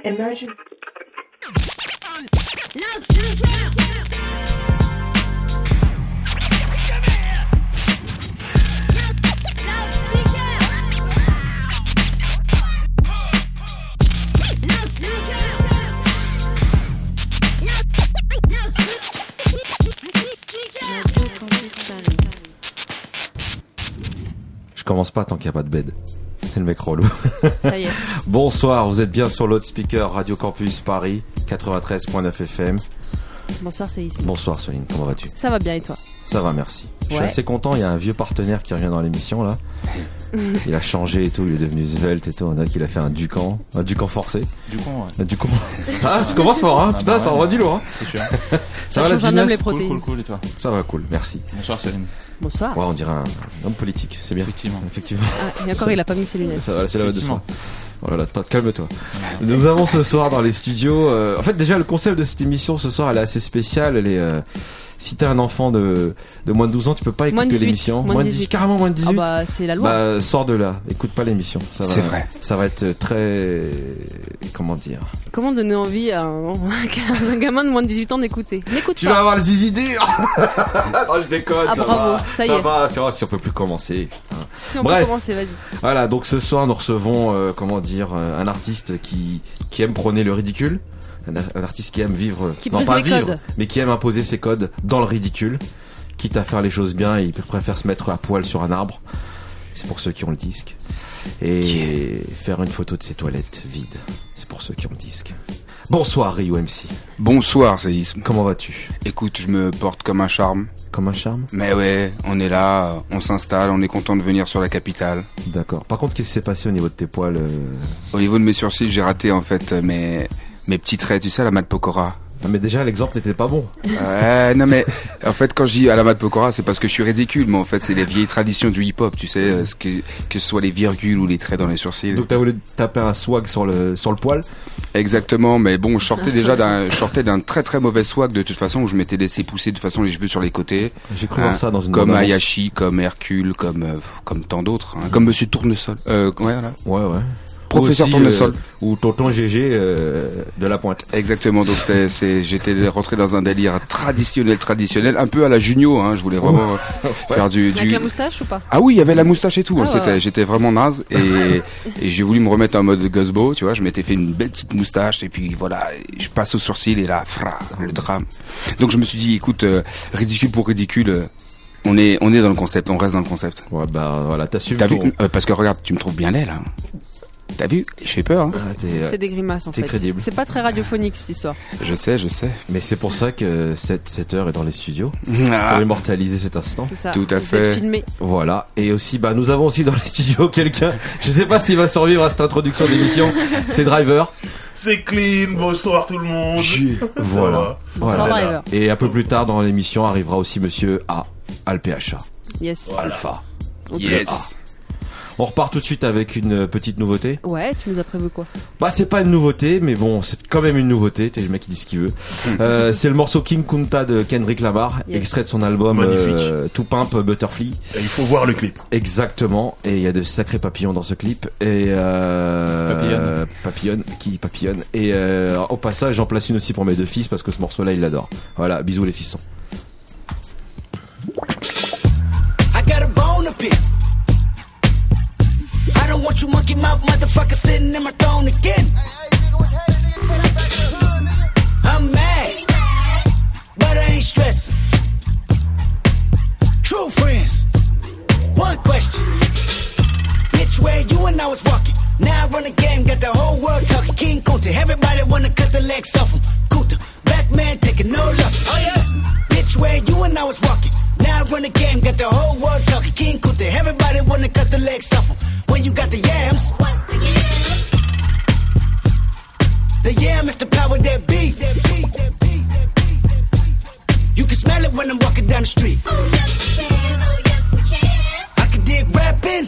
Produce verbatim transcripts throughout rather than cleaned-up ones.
Emergency. Je commence pas tant qu'il n'y a pas de bed. C'est le mec relou. Ça y est. Bonsoir, vous êtes bien sur Loudspeaker Radio Campus Paris quatre-vingt-treize virgule neuf F M. Bonsoir, c'est ici. Bonsoir Soline, comment vas-tu? Ça va bien et toi? Ça va, merci. Je suis ouais. assez content, il y a un vieux partenaire qui revient dans l'émission là. Il a changé et tout, il est devenu svelte et tout. On a qu'il a fait un Ducan, un Ducan forcé. Ducan, ouais. Un Ducan. Ça, ça commence fort, hein. Ah Putain, bah ça ouais, envoie du lourd, hein. C'est sûr. Ça, ça va la change un homme les Cool, protéines. cool, cool, et toi? Ça va, cool, merci. Bonsoir Céline. Bonsoir. Ouais, on dirait un homme politique, c'est bien. Effectivement. Effectivement. Ah, et encore, il a pas mis ses lunettes. Ça va, c'est la voix de soi. Voilà, toi, calme-toi. Ouais. Nous avons ce soir dans les studios. Euh, en fait, déjà, le concept de cette émission ce soir, elle est assez spéciale. Elle est. Euh, si t'es un enfant de, de moins de douze ans, tu peux pas Moins de écouter dix-huit. l'émission. Moins de dix-huit. Carrément moins de dix-huit. Ah bah, c'est la loi. Bah, sors de là. Écoute pas l'émission. Ça va, C'est vrai. Ça va être très. Comment dire? Comment donner envie à un, un gamin de moins de dix-huit ans d'écouter? N'écoute Tu pas. vas avoir les zizi durs. Oh, je déconne. Ah, ça bravo, va. ça y ça est. va. C'est vrai, si on peut plus commencer. Hein. Si on Bref. peut commencer, vas-y. Voilà, donc ce soir nous recevons, euh, comment dire, euh, un artiste qui qui aime prôner le ridicule, un, un artiste qui aime vivre, Qui non brise pas les vivre, codes. mais qui aime imposer ses codes dans le ridicule, quitte à faire les choses bien, il préfère se mettre à poil sur un arbre. C'est pour ceux qui ont le disque. Et yeah. Faire une photo de ses toilettes vides. C'est pour ceux qui ont le disque. Bonsoir Rio M C. Bonsoir Séisme. Comment vas-tu? Écoute, je me porte comme un charme. Comme un charme? Mais ouais, on est là, on s'installe, on est content de venir sur la capitale. D'accord. Par contre, qu'est-ce qui s'est passé au niveau de tes poils euh... Au niveau de mes sourcils, j'ai raté en fait mes, mes petits traits, tu sais, à la Mad Pokora. Ah, mais déjà l'exemple n'était pas bon. Ouais, non mais en fait quand je dis à la Mad Pokora, c'est parce que je suis ridicule, mais en fait c'est les vieilles traditions du hip-hop, tu sais, ce que que ce soit les virgules ou les traits dans les sourcils. Donc t'as voulu taper un swag sur le sur le poil? Exactement, mais bon, je sortais Un déjà swag, d'un je sortais d'un très très mauvais swag de toute façon où je m'étais laissé pousser de toute façon les cheveux sur les côtés. J'ai cru voir Hein, ça dans une comme bande-annonce. Ayashi, comme Hercule, comme euh, comme tant d'autres, hein, comme Monsieur Tournesol. Euh, ouais, voilà. Ouais, ouais. Professeur Aussi, Tournesol. Euh, ou tonton G G euh, de la Pointe. Exactement. Donc c'est, c'est, j'étais rentré dans un délire traditionnel, traditionnel, un peu à la Junio. Hein, je voulais vraiment Ouais. faire du, Avec du. la moustache ou pas? Ah oui, il y avait la moustache et tout. Ah hein, ouais, c'était, ouais. j'étais vraiment naze et, et j'ai voulu me remettre en mode Guzbo, tu vois. Je m'étais fait une belle petite moustache et puis voilà, je passe au sourcil et là, fra, le drame. Donc je me suis dit, écoute, euh, ridicule pour ridicule. euh, On est, on est dans le concept, on reste dans le concept. Ouais, bah voilà, t'assumes T'as vu ton... euh, Parce que regarde, tu me trouves bien laid là. T'as vu? Je fais peur. Hein. Ah, t'es, euh, Fais des grimaces en t'es fait. crédible. C'est pas très radiophonique cette histoire. Je sais, je sais. Mais c'est pour ça que cette, cette heure est dans les studios. Ah, Pour immortaliser cet instant. C'est ça. Tout à Vous fait. êtes filmé. Voilà. Et aussi, bah, nous avons aussi dans les studios quelqu'un, je sais pas s'il va survivre à cette introduction d'émission, c'est Driver. C'est clean, bonsoir tout le monde. Voilà. va. Voilà. Sans driver. Et un peu plus tard dans l'émission arrivera aussi monsieur A, Alpha. Yes. Alpha. Ok. yes. On repart tout de suite avec une petite nouveauté. Ouais, tu nous as prévu quoi? Bah c'est pas une nouveauté, mais bon c'est quand même une nouveauté. T'es le mec qui dit ce qu'il veut. Euh, c'est le morceau King Kunta de Kendrick Lamar, Yes. extrait de son album Magnifique. euh, To Pimp Butterfly. Et il faut voir le clip. Exactement. Et il y a de sacrés papillons dans ce clip. Et euh, Papillonne. papillonne qui papillonne. Et euh, au passage j'en place une aussi pour mes deux fils parce que ce morceau-là ils l'adorent. Voilà, bisous les fistons. I got a bone to pick. I don't want you monkey mouth motherfucker sitting in my throne again. I'm mad, but I ain't stressing. True friends, one question. Bitch, where you and I was walking. Now I run the game, got the whole world talking. King Kunta, everybody wanna cut the legs off him. Kunta, black man taking no losses. Oh yeah. Bitch, where you and I was walking. Now I run the game, got the whole world talking. King Kunta, everybody wanna cut the legs off him. When you got the yams. What's the yams? The yam is the power that beat. That beat, that beat, that beat, that beat. You can smell it when I'm walking down the street. Oh yes we can, oh yes we can. I can dig rapping,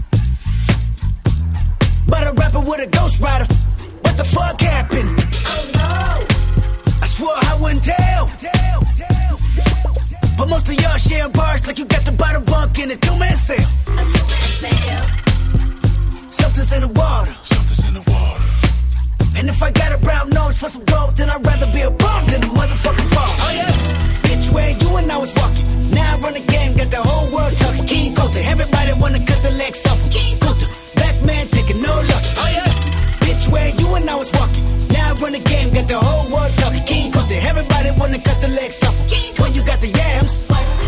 but a rapper with a ghost rider. What the fuck happened? Oh no. I swore I wouldn't tell. tell, tell, tell, tell. But most of y'all sharing bars like you got the bottom bunk in a two-man sale. A two-man sale. Something's in the water. Something's in the water. And if I I got a brown nose for some gold, then I'd rather be a bum than a motherfucking bum. Oh yeah. Bitch, where you and I was walking. Now I run the game, got the whole world talking. King Coulter, everybody wanna cut the legs off him. King Coulter, black man taking no losses. Oh yeah. Bitch, where you and I was walking. Now I run the game, got the whole world talking. King Coulter, everybody wanna cut the legs off him. When you got the yams.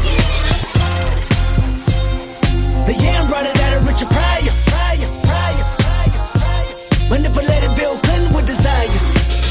The yam brought it out of Richard Pryor. Pryor, Pryor, Pryor, Pryor. Manipulated Bill Clinton with desires.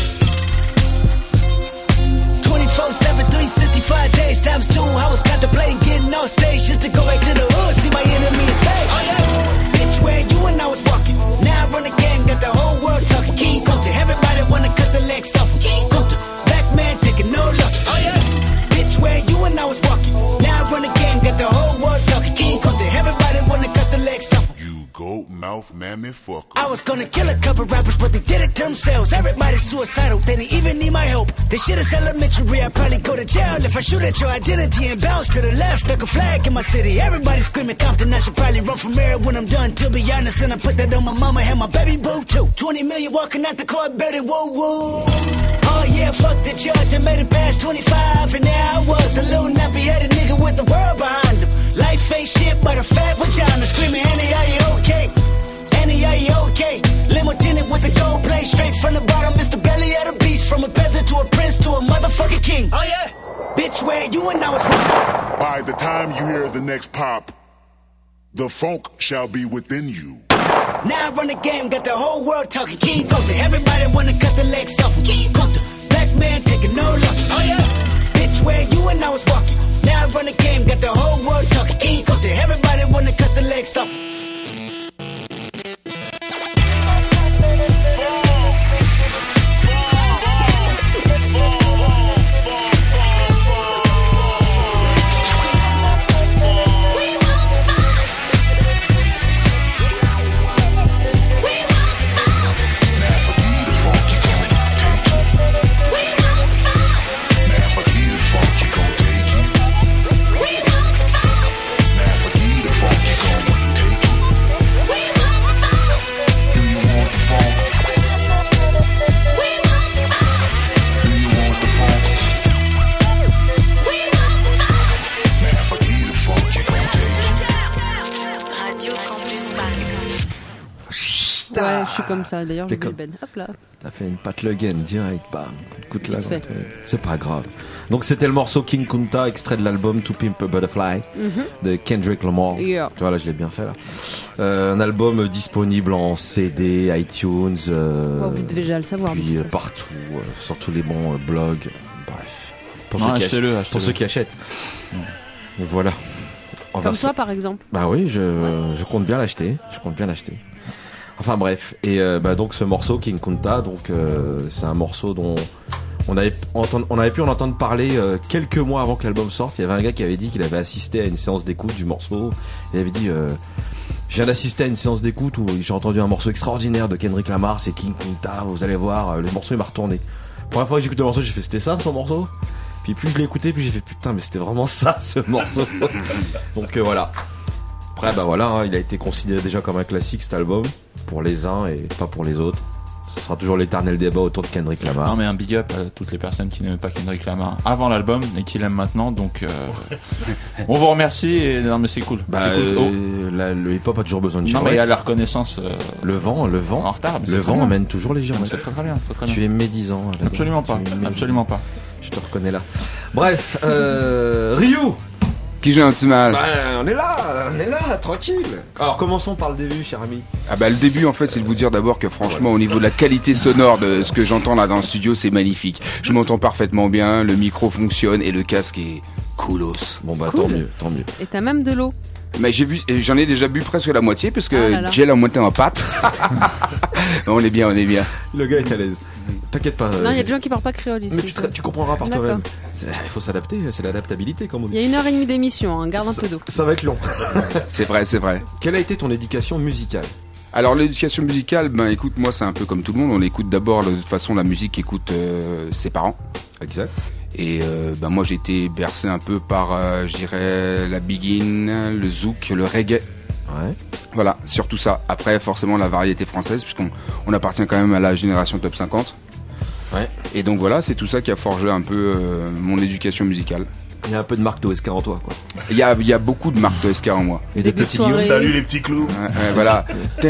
twenty-four seven, three sixty-five days times two. I was contemplating getting off stage just to go back to the hood, see my enemy and say, oh yeah. Bitch, where you and I was walking. Now I run the game, got the whole world talking. King Coulter, everybody wanna cut the legs off him. King Coulter, black man taking no losses. Oh yeah. Bitch, where you and I was walking. Now I run the game, got the whole world talking. King Coulter, everybody wanna cut the legs off him. You goat mouth mammy fucker. I was gonna kill a couple rappers, but they did it to themselves. Everybody's suicidal, they didn't even need my help. This shit is elementary, I'd probably go to jail if I shoot at your identity and bounce to the left. Stuck a flag in my city, everybody screaming Compton. I should probably run from here when I'm done, to be honest. And I put that on my mama and my baby boo too. twenty million walking out the court, better whoa whoa. Oh yeah, fuck the judge, I made it past twenty-five, and there I was, a little nappy-headed nigga with the world behind him. Life ain't shit but a fat vagina, screaming, Annie, are you okay? Annie, are you okay? Limo tinted with the gold plate, straight from the bottom, Mister Belly of the beast. From a peasant to a prince to a motherfucking king. Oh yeah. Bitch, where you and I was. By the time you hear the next pop, the funk shall be within you. Now I run the game, got the whole world talking. King Coulter, everybody wanna cut the legs off him. King Coulter, black man taking no losses. Oh yeah. Bitch, where you and I was walking. Now I run the game, got the whole world talking. King Coulter, everybody wanna cut the legs off him. Ouais, je suis comme ça. D'ailleurs, je T'es vais comme- Ben. Hop là. T'as fait une Pat Le Guen direct, bam. Écoute là, Vite fait. c'est pas grave. Donc c'était le morceau King Kunta, extrait de l'album To Pimp a Butterfly de Kendrick Lamar. Yeah. Tu vois là, je l'ai bien fait là. Euh, un album disponible en C D, iTunes, euh, Oh, vous devez déjà le savoir. puis de euh, toute façon. partout, euh, sur tous les bons euh, blogs. Bref, pour Non, ceux qui achetez-le, achètent. achetez-le. Pour ceux qui achètent. Voilà. On va Comme se- toi, par exemple. Bah oui, je, je compte bien l'acheter. Je compte bien l'acheter. Enfin bref, et euh, bah donc ce morceau King Kunta, donc euh, c'est un morceau dont on avait entend- on avait pu en entendre parler euh, quelques mois avant que l'album sorte. Il y avait un gars qui avait dit qu'il avait assisté à une séance d'écoute du morceau. Il avait dit euh, je viens d'assister à une séance d'écoute où j'ai entendu un morceau extraordinaire de Kendrick Lamar, c'est King Kunta. Vous allez voir, euh, le morceau il m'a retourné. Première fois que j'écoute le morceau, j'ai fait c'était ça son morceau. Puis plus je l'ai écouté, plus j'ai fait putain mais c'était vraiment ça ce morceau. Donc euh, voilà. Après bah voilà, hein, il a été considéré déjà comme un classique cet album pour les uns et pas pour les autres. Ce sera toujours l'éternel débat autour de Kendrick Lamar. Non mais un big up à toutes les personnes qui n'aimaient pas Kendrick Lamar avant l'album et qui l'aiment maintenant, donc euh, on vous remercie et non mais c'est cool. Bah, c'est cool. Oh. euh, la- le hip-hop a toujours besoin de Non mais il y a girouettes. la reconnaissance euh, Le vent, le vent, en retard. mais le c'est très vent bien. amène toujours les Non, mais girouettes. c'est très très bien, c'est très, très Tu bien. es médisant. j'adore. Absolument pas, Tu es médisant. absolument pas. Je te reconnais là. Bref, euh, Ryu. Qui j'ai un petit mal. Bah, on est là, on est là, tranquille. Alors commençons par le début, cher ami. Ah bah le début en fait c'est de vous dire d'abord que franchement au niveau de la qualité sonore de ce que j'entends là dans le studio c'est magnifique. Je m'entends parfaitement bien, le micro fonctionne et le casque est coolos. Bon bah Cool. tant mieux, tant mieux. Et t'as même de l'eau. Mais j'ai vu, j'en ai déjà bu presque la moitié parce Ah là que là. j'ai la moitié en pâte. On est bien, on est bien. Le gars est à l'aise. T'inquiète pas. Non, il y a euh, des gens qui parlent pas créole ici. Mais tu, te- tu comprendras par D'accord. toi-même. C'est- Il faut s'adapter, c'est l'adaptabilité comme on Il dit. y a une heure et demie d'émission, hein, garde un Ça- peu d'eau. Ça va être long. C'est vrai, c'est vrai. Quelle a été ton éducation musicale? Alors l'éducation musicale, ben écoute, moi c'est un peu comme tout le monde. On écoute d'abord de toute façon la musique qu'écoutent euh, ses parents. Exact. Et euh, ben moi j'ai été bercé un peu par, euh, je dirais, la biguine, le zouk, le reggae. Ouais. Voilà, surtout ça. Après, forcément, la variété française, puisqu'on on appartient quand même à la génération top cinquante. Ouais. Et donc voilà, c'est tout ça qui a forgé un peu euh, mon éducation musicale. Il y a un peu de Marc Toesca en toi, quoi. Il y a, il y a beaucoup de Marc Toesca en moi. Et Des des petits soirées. lieux. Salut les petits clous. Ouais, ouais, voilà.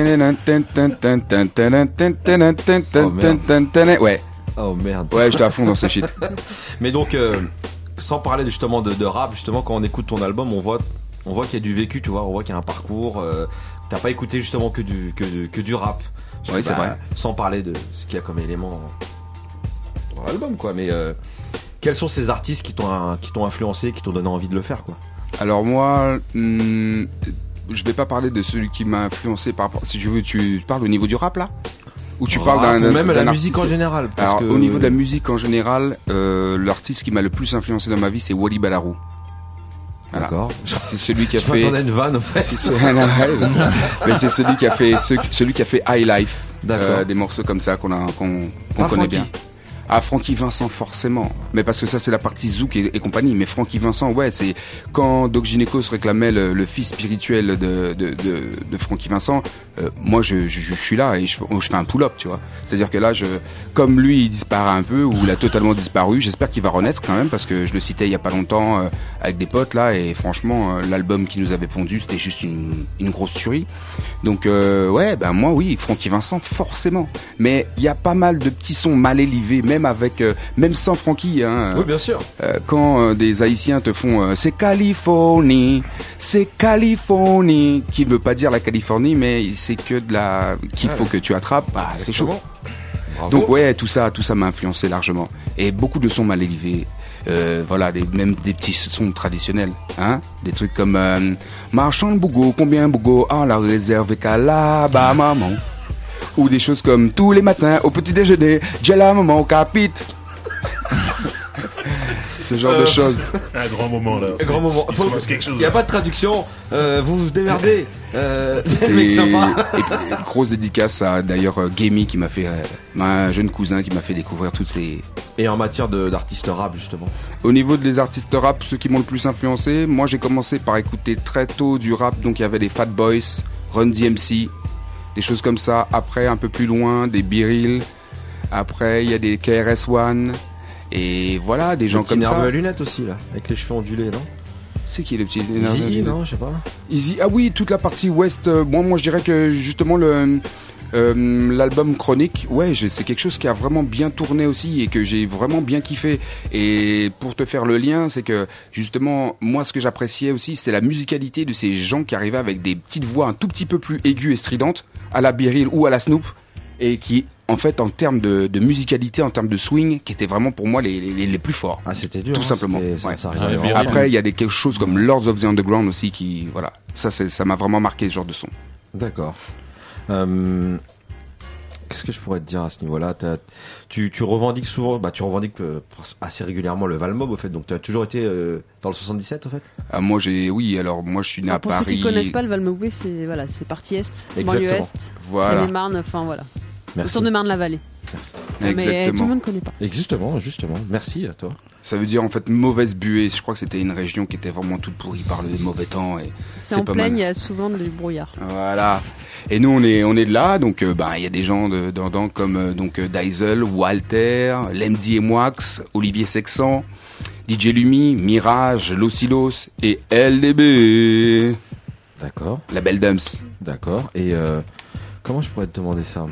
Ouais, Oh merde. ouais, j'étais à fond dans ce shit. Mais donc, euh, sans parler justement de, de rap, justement, quand on écoute ton album, on voit, on voit qu'il y a du vécu, tu vois, on voit qu'il y a un parcours. Euh, t'as pas écouté justement que du, que, du- que du rap. Je Ouais, sais c'est pas, vrai. Sans parler de ce qu'il y a comme élément dans l'album, quoi. Mais euh, quels sont ces artistes qui t'ont, qui t'ont influencé, qui t'ont donné envie de le faire, quoi? Alors moi, hum, je vais pas parler de celui qui m'a influencé par rapport. Si tu veux, tu parles au niveau du rap là, ou tu parles Rap, d'un ou même d'un la musique en artiste. général. Parce Alors que... au niveau de la musique en général, euh, l'artiste qui m'a le plus influencé dans ma vie, c'est Wally Balarou. Voilà. D'accord. C'est celui qui a Je fait. m'attendais à une vanne, en fait. C'est ce- Mais c'est celui qui a fait ce- celui qui a fait High Life. D'accord. Euh, des morceaux comme ça qu'on a qu'on qu'on Pas connaît Francky. bien. Ah, Francky Vincent, forcément. Mais parce que ça, c'est la partie Zouk et, et compagnie. Mais Francky Vincent, ouais, c'est quand Doc Gynéco se réclamait le, le fils spirituel de, de, de, de Francky Vincent. Euh, moi, je, je, je suis là et je, je fais un pull-up, tu vois. C'est-à-dire que là, je, comme lui, il disparaît un peu ou il a totalement disparu, j'espère qu'il va renaître quand même parce que je le citais il y a pas longtemps euh, avec des potes là et franchement, euh, l'album qui nous avait pondu, c'était juste une, une grosse tuerie. Donc, euh, ouais, ben moi, oui, Francky Vincent, forcément. Mais il y a pas mal de petits sons mal élevés, même avec, euh, même sans Francky, hein. Oui, bien sûr. Euh, quand euh, des Haïtiens te font euh, c'est Californie, c'est Californie, qui ne veut pas dire la Californie, mais c'est que de la qu'il Ouais. faut que tu attrapes, bah, c'est chaud. Bravo. Donc ouais, tout ça, tout ça m'a influencé largement. Et beaucoup de sons mal élevés. Euh, voilà, des, même des petits sons traditionnels, hein, des trucs comme euh, Marchand de Bougo, combien Bougo en la réserve qu'à la bas maman, ou des choses comme tous les matins au petit déjeuner, j'ai la maman au capite. Ce genre de choses. Un grand moment là. Un grand moment. Il se passe quelque chose. Il n'y a pas de traduction. Euh, vous vous démerdez. Euh, c'est C'est le mec sympa. et puis, grosse dédicace à d'ailleurs euh, Gamey qui m'a fait euh, un jeune cousin qui m'a fait découvrir toutes ces. Et en matière de, d'artiste rap, justement. Au niveau des artistes rap, ceux qui m'ont le plus influencé, moi j'ai commencé par écouter très tôt du rap, donc il y avait des Fat Boys, Run D M C, des choses comme ça. Après un peu plus loin, des Biril. Après il y a des K R S One. Et voilà, des gens Le petit comme nerveux ça. à lunettes aussi, là. Avec les cheveux ondulés, non? C'est qui le petit Easy, non, je sais pas. Easy. Ah oui, toute la partie ouest. euh, moi, moi, je dirais que justement le euh, l'album Chronique, ouais, j'ai- c'est quelque chose qui a vraiment bien tourné aussi et que j'ai vraiment bien kiffé. Et pour te faire le lien, c'est que justement, moi, ce que j'appréciais aussi, c'était la musicalité de ces gens qui arrivaient avec des petites voix un tout petit peu plus aiguës et stridentes, à la Beryl ou à la Snoop, et qui, en fait, en termes de, de musicalité, en termes de swing, qui étaient vraiment pour moi les, les, les plus forts. Ah, c'était dur. Tout hein, simplement, c'était- Ça, ouais. ça Ah, arrivait les vraiment. Beryl. Après, il y a des quelque chose comme Lords of the Underground aussi qui, voilà, ça, c'est- ça m'a vraiment marqué ce genre de son. D'accord. Euh, Qu'est-ce que je pourrais te dire à ce niveau-là? T'as- tu, tu revendiques souvent, bah tu revendiques euh, assez régulièrement le Valmob au fait, donc tu as toujours été euh, dans le soixante-dix-sept au fait? Ah, moi, j'ai, oui, alors moi, je suis né à Alors, pour ceux Paris. qui connaissent pas, le Valmauvais, c'est voilà, c'est partie est, Exactement. banlieue est, Voilà, Seine-et-Marne, enfin voilà, Merci. autour de Marne-la-Vallée. Merci. Mais tout exactement. le monde connaît pas. Justement, justement. Merci à toi. Ça veut dire en fait mauvaise buée. Je crois que c'était une région qui était vraiment toute pourrie par le mauvais temps. Et C'est c'est en pas plaine, mal. il y a souvent du brouillard. Voilà. Et nous, on est, on est de là, donc euh, bah, il y a des gens de, dedans comme euh, donc euh, Diesel, Walter, Lemdi et Moix, Olivier Sexan, D J Lumi, Mirage, Losilos et L D B, D'accord, la belle Dumps. d'accord. Et euh, comment je pourrais te demander ça?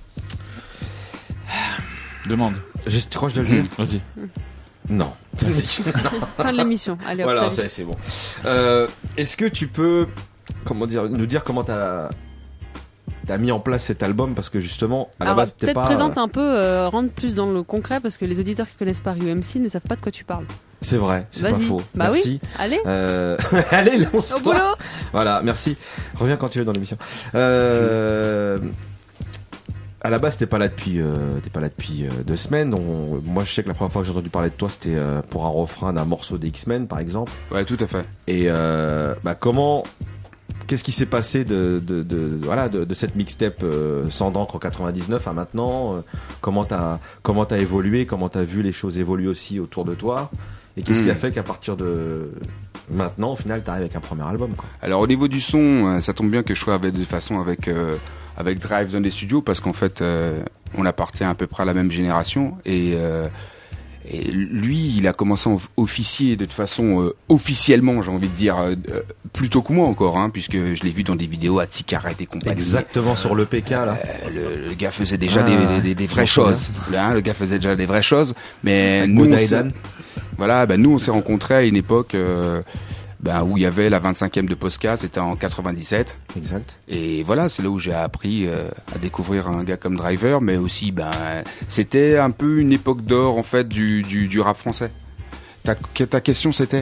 Demande. Je, tu crois que je dois le dire? Vas-y. Non. Fin de l'émission. Allez, hop, Voilà, salut. c'est c'est bon. Euh, Est-ce que tu peux, comment dire, nous dire comment t'as as mis en place cet album, parce que justement à la Alors, base c'était peut-être pas. présente un peu, euh, rentre plus dans le concret parce que les auditeurs qui connaissent pas U M C ne savent pas de quoi tu parles. C'est vrai, c'est pas Vas-y. faux. Bah Merci. Allez, Euh... Allez, au lance-toi. boulot. Voilà, merci. Reviens quand tu veux dans l'émission. Euh... À la base, t'es pas là depuis, euh, t'es pas là depuis euh, deux semaines. On- Moi, je sais que la première fois que j'ai entendu parler de toi, c'était euh, pour un refrain d'un morceau des X-Men, par exemple. Ouais, tout à fait. Et euh, bah, comment, qu'est-ce qui s'est passé de, de, de voilà de, de cette mixtape euh, Sans d'encre en quatre-vingt-dix-neuf à maintenant? euh, Comment t'as, comment t'as évolué? Comment t'as vu les choses évoluer aussi autour de toi? Et qu'est-ce Mm. qui a fait qu'à partir de Maintenant, au final, t'arrives avec un premier album, quoi. Alors au niveau du son, euh, ça tombe bien que je sois avec, de façon avec euh, avec Drive dans les studios parce qu'en fait, euh, on appartient à peu près à la même génération et euh, et lui, il a commencé à officier de toute façon euh, officiellement, j'ai envie de dire, euh, plus tôt que moi encore, hein, puisque je l'ai vu dans des vidéos à Ticaret et compagnie. Exactement, sur l'E P K, là. Euh, le, le gars faisait déjà Ah, des, des, des vraies choses. Hein, le gars faisait déjà des vraies choses, mais nous, on s'est- voilà, ben nous on s'est rencontrés à une époque euh, ben, où il y avait la vingt-cinquième de Posca, c'était en quatre-vingt-dix-sept. Exact. Et voilà, c'est là où j'ai appris euh, à découvrir un gars comme Driver, mais aussi, ben, c'était un peu une époque d'or en fait du, du, du rap français. Ta, que- ta question c'était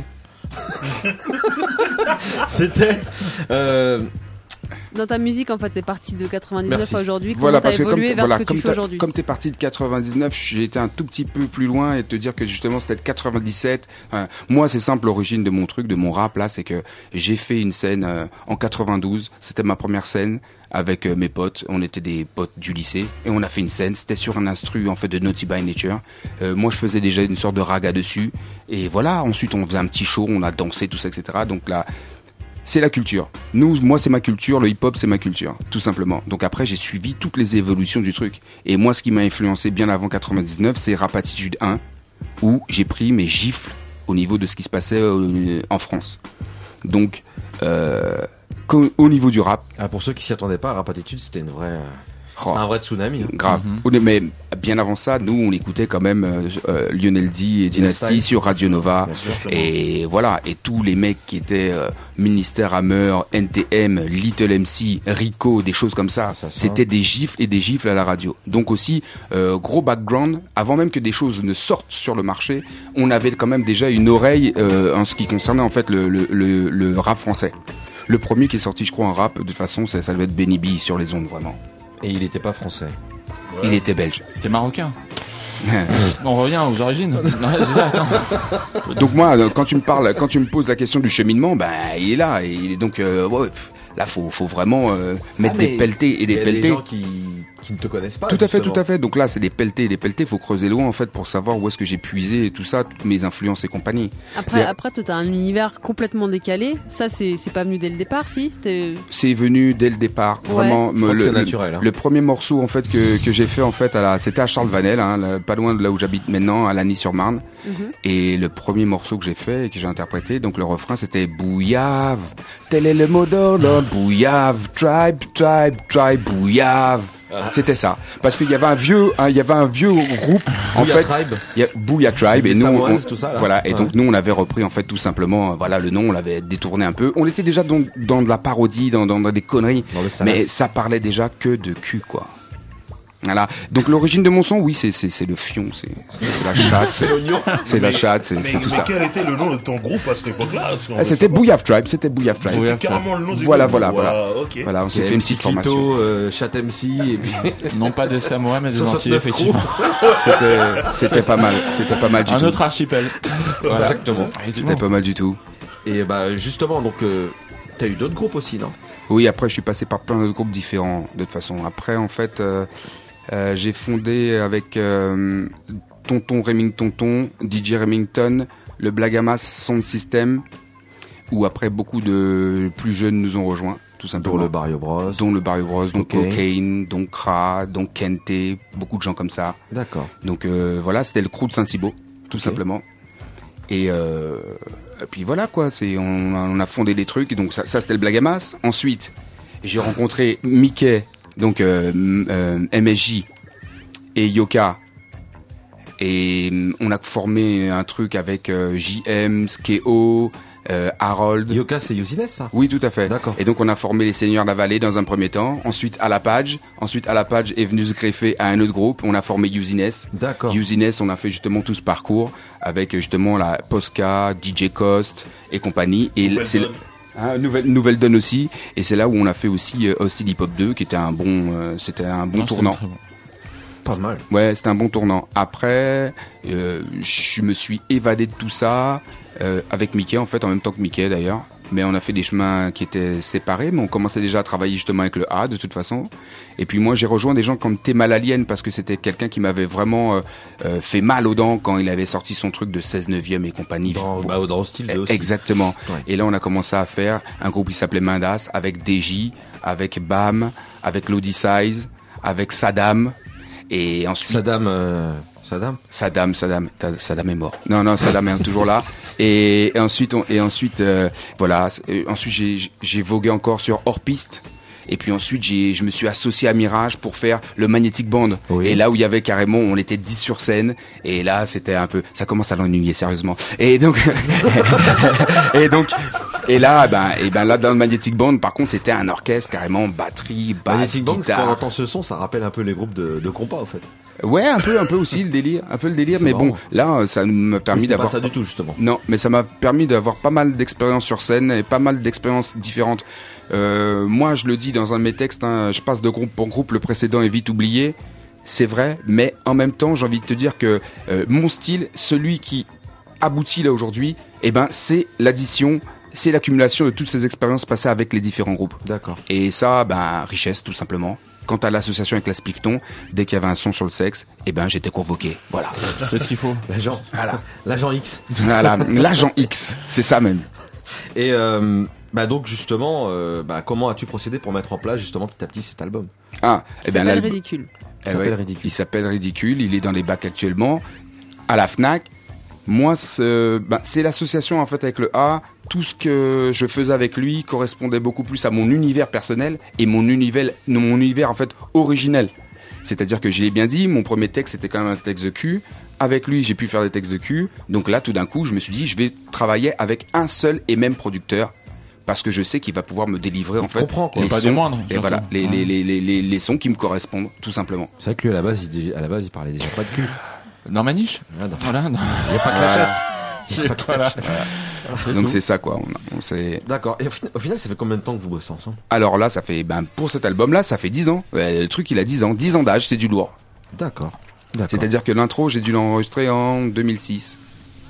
C'était. Euh, Dans ta musique, en fait, t'es parti de quatre-vingt-dix-neuf Merci. à aujourd'hui. Comment Voilà, t'as parce que comme évolué t'es- vers voilà, ce que comme tu fais t'as- aujourd'hui? comme t'es parti de quatre-vingt-dix-neuf, j'ai été un tout petit peu plus loin et te dire que justement c'était de quatre-vingt-dix-sept. Hein, moi, c'est simple, l'origine de mon truc, de mon rap là, c'est que j'ai fait une scène euh, en quatre-vingt-douze. C'était ma première scène avec euh, mes potes. On était des potes du lycée et on a fait une scène. C'était sur un instru en fait de Naughty by Nature. Euh, moi, je faisais déjà une sorte de raga dessus et voilà. Ensuite, on faisait un petit show, on a dansé, tout ça, et cetera. Donc là. C'est la culture. Nous, moi, c'est ma culture. Le hip-hop, c'est ma culture, tout simplement. Donc après, j'ai suivi toutes les évolutions du truc. Et moi, ce qui m'a influencé bien avant quatre-vingt-dix-neuf, c'est Rap Attitude un, où j'ai pris mes gifles au niveau de ce qui se passait euh, en France. Donc, euh, qu'au- au niveau du rap, ah, pour ceux qui s'y attendaient pas, Rap Attitude, c'était une vraie. oh, C'était un vrai tsunami. hein. grave. On est- Mais bien avant ça, nous, on écoutait quand même euh, euh, Lionel D et Dynasty Style. sur Radio Nova. Bien sûr. Et voilà, et tous les mecs qui étaient euh, Ministère Hammer, N T M, Little M C, Rico, des choses comme ça, Ça, ça. c'était des gifles et des gifles à la radio. Donc aussi, euh, gros background, avant même que des choses ne sortent sur le marché, on avait quand même déjà une oreille euh, en ce qui concernait en fait le, le, le, le rap français. Le premier qui est sorti, je crois, en rap, de toute façon, ça, ça devait être Benny B sur les ondes, vraiment. Et il était pas français. Il était belge. C'était marocain. On revient aux origines. Non, c'est ça, attends. Donc moi, euh, quand tu me parles, quand tu me poses la question du cheminement, ben il est là. Et il est donc euh, ouais, pff, là, faut faut vraiment euh, mettre Ah, mais des pelletés et Il des y a pelletés. des gens qui, qui ne te connaissent pas. Tout à fait, justement. tout à fait. Donc là, c'est des pelletés et des pelletés. Faut creuser loin en fait pour savoir où est-ce que j'ai puisé et tout ça, toutes mes influences et compagnie. Après, Mais- après, toi, t'as un univers complètement décalé. Ça, c'est c'est pas venu dès le départ, si T'es- C'est venu dès le départ, Ouais. vraiment. Je crois me- que le, c'est le- naturel. hein. le premier morceau en fait que que j'ai fait en fait à la, c'était à Charles-Vanel, hein, là, pas loin de là où j'habite maintenant, à Lagny-sur-Marne. Mhm. Et le premier morceau que j'ai fait et que j'ai interprété, donc le refrain c'était Bouillave, tel est le mot d'ordre, Bouillave, tribe, tribe, tribe, Bouillave. C'était ça. Parce qu'il y avait un vieux, hein, il y avait un vieux groupe, en Bouya fait. Tribe. Il y a Bouya Tribe Les et nous, on, Samoans, tout ça, là. voilà. Et Ouais. donc nous, on avait repris en fait tout simplement, euh, voilà, le nom, on l'avait détourné un peu. On était déjà dans, dans de la parodie, dans, dans, dans des conneries, Dans le salace. mais ça parlait déjà que de cul, quoi. Voilà. Donc l'origine de mon son, oui, c'est c'est c'est le fion, c'est c'est la chatte, c'est c'est la Mais- chatte, c'est Mais, c'est tout mais ça. quel était le nom de ton groupe à cette époque-là? Parce qu'on Ah, veut c'était savoir. Bouillave Tribe, c'était Bouillave Tribe. Bouillave. C'était carrément le nom du Voilà, groupe. voilà, voilà. Ouah, ok. Voilà, on s'est Il y a fait une M C petite formation. Clito, euh, Chat M C, et puis. Non pas des Samoa, mais des Antilles, soixante-neuf effectivement. C'était c'était pas mal, c'était pas mal du Un tout. autre archipel. Voilà. Exactement. C'était pas mal du tout. Et bah, justement, donc, euh, t'as eu d'autres groupes aussi, non? Oui, après, je suis passé par plein de groupes différents, de toute façon. Après, en fait, euh, euh, j'ai fondé avec euh, Tonton Reming Tonton, D J Remington, le Blagamas Sound System, où après, beaucoup de plus jeunes nous ont rejoints, tout simplement. Pour le Barrio Bros. Dont le Barrio Bros, donc Ok. Cocaine, donc Kra, donc Kente, beaucoup de gens comme ça. D'accord. Donc euh, voilà, c'était le crew de Saint-Thibault, tout Ok. simplement. Et, euh, et puis voilà quoi, c'est on a, on a fondé des trucs. Donc ça, ça c'était le Blagamas. Ensuite, j'ai rencontré Mickey, donc euh, m- euh, M S J et Yoka. Et mm, on a formé un truc avec euh, J M, Skeo, euh, Harold. Yoka, c'est Yosines, ça? Oui, tout à fait. D'accord. Et donc on a formé les Seigneurs de la Vallée dans un premier temps. Ensuite à la page. Ensuite à la page est venu se greffer à un autre groupe. On a formé Usines. D'accord. Usines, on a fait justement tout ce parcours avec justement la Posca, D J Cost et compagnie. Et Nouvelle c'est donne. Hein, nouvelle nouvelle donne aussi. Et c'est là où on a fait aussi euh, Hostile Hip Hop deux, qui était un bon, euh, c'était un bon Non, c'était tournant. très bon. Pas mal. Ouais, c'était un bon tournant. Après, euh, je me suis évadé de tout ça euh, avec Mickey en fait, en même temps que Mickey d'ailleurs. mais on a fait des chemins qui étaient séparés, mais on commençait déjà à travailler justement avec le A de toute façon. Et puis moi j'ai rejoint des gens comme Théma l'Alien parce que c'était quelqu'un qui m'avait vraiment euh, euh, fait mal aux dents quand il avait sorti son truc de seize neuvième et compagnie. Dans, bah, dans le style de aussi. Exactement. Ouais. Et là on a commencé à faire un groupe qui s'appelait Mindas avec D J, avec Bam, avec Lodi Size, avec Saddam. Et ensuite Saddam, euh, Saddam, Saddam, Saddam, Saddam est mort. Non, non, Saddam est toujours là. Et, et ensuite, on, et ensuite, euh, voilà. Et ensuite, j'ai, j'ai vogué encore sur hors piste. Et puis ensuite, j'ai, je me suis associé à Mirage pour faire le Magnetic Band. Oui. Et là où il y avait carrément, on était dix sur scène. Et là, c'était un peu, ça commence à l'ennuyer sérieusement. Et donc, et donc, et là, ben, et ben là dans le Magnetic Band, par contre, c'était un orchestre carrément batterie, basse, Magnetic Band, quand on guitare. entend ce son, ça rappelle un peu les groupes de, de compas, en fait. Ouais, un peu, un peu aussi le délire, un peu le délire. C'est Mais marrant. bon, là, ça m'a permis Mais c'était d'avoir. pas ça du tout, justement. Non, mais ça m'a permis d'avoir pas mal d'expériences sur scène et pas mal d'expériences différentes. Euh, moi, je le dis dans un de mes textes, hein, je passe de groupe en groupe, le précédent est vite oublié. C'est vrai, mais en même temps, j'ai envie de te dire que euh, mon style, celui qui aboutit là aujourd'hui, eh ben, c'est l'addition, c'est l'accumulation de toutes ces expériences passées avec les différents groupes. D'accord. Et ça, ben, richesse, tout simplement. Quant à l'association avec la Splifton, dès qu'il y avait un son sur le sexe, eh ben, j'étais convoqué. Voilà. C'est ce qu'il faut. L'agent, Voilà. l'agent X. Voilà. L'agent X, c'est ça même. Et euh, bah donc justement, euh, bah comment as-tu procédé pour mettre en place justement petit à petit cet album? Ah, eh Ça ben, s'appelle l'album- ridicule. Eh Il s'appelle ouais, Ridicule. Il s'appelle Ridicule, il est dans les bacs actuellement, à la Fnac. Moi, c'est, ben, c'est l'association en fait avec le A. Tout ce que je faisais avec lui correspondait beaucoup plus à mon univers personnel et mon univers, non, mon univers en fait originel. C'est-à-dire que je l'ai bien dit, mon premier texte c'était quand même un texte de cul. Avec lui, j'ai pu faire des textes de cul. Donc là, tout d'un coup, je me suis dit, je vais travailler avec un seul et même producteur. Parce que je sais qu'il va pouvoir me délivrer en fait comprends, quoi. les Pas sons, des moindres, et surtout. voilà, les, Ouais. les, les, les, les, les sons qui me correspondent, tout simplement. C'est vrai que lui à la base, il, à la base, il parlait déjà pas de cul. Dans ma niche. Ah, non. Voilà. dans- Il y a pas de la Voilà. chatte. Il y a pas de la chatte. Donc tout. c'est ça quoi. On, on s'est... D'accord. Et au final, au final, ça fait combien de temps que vous bossez ensemble? Alors là, ça fait, ben, pour cet album-là, ça fait dix ans. Ouais, le truc, il a dix ans. dix ans d'âge, c'est du lourd. D'accord. D'accord. C'est-à-dire que l'intro, j'ai dû l'enregistrer en deux mille six.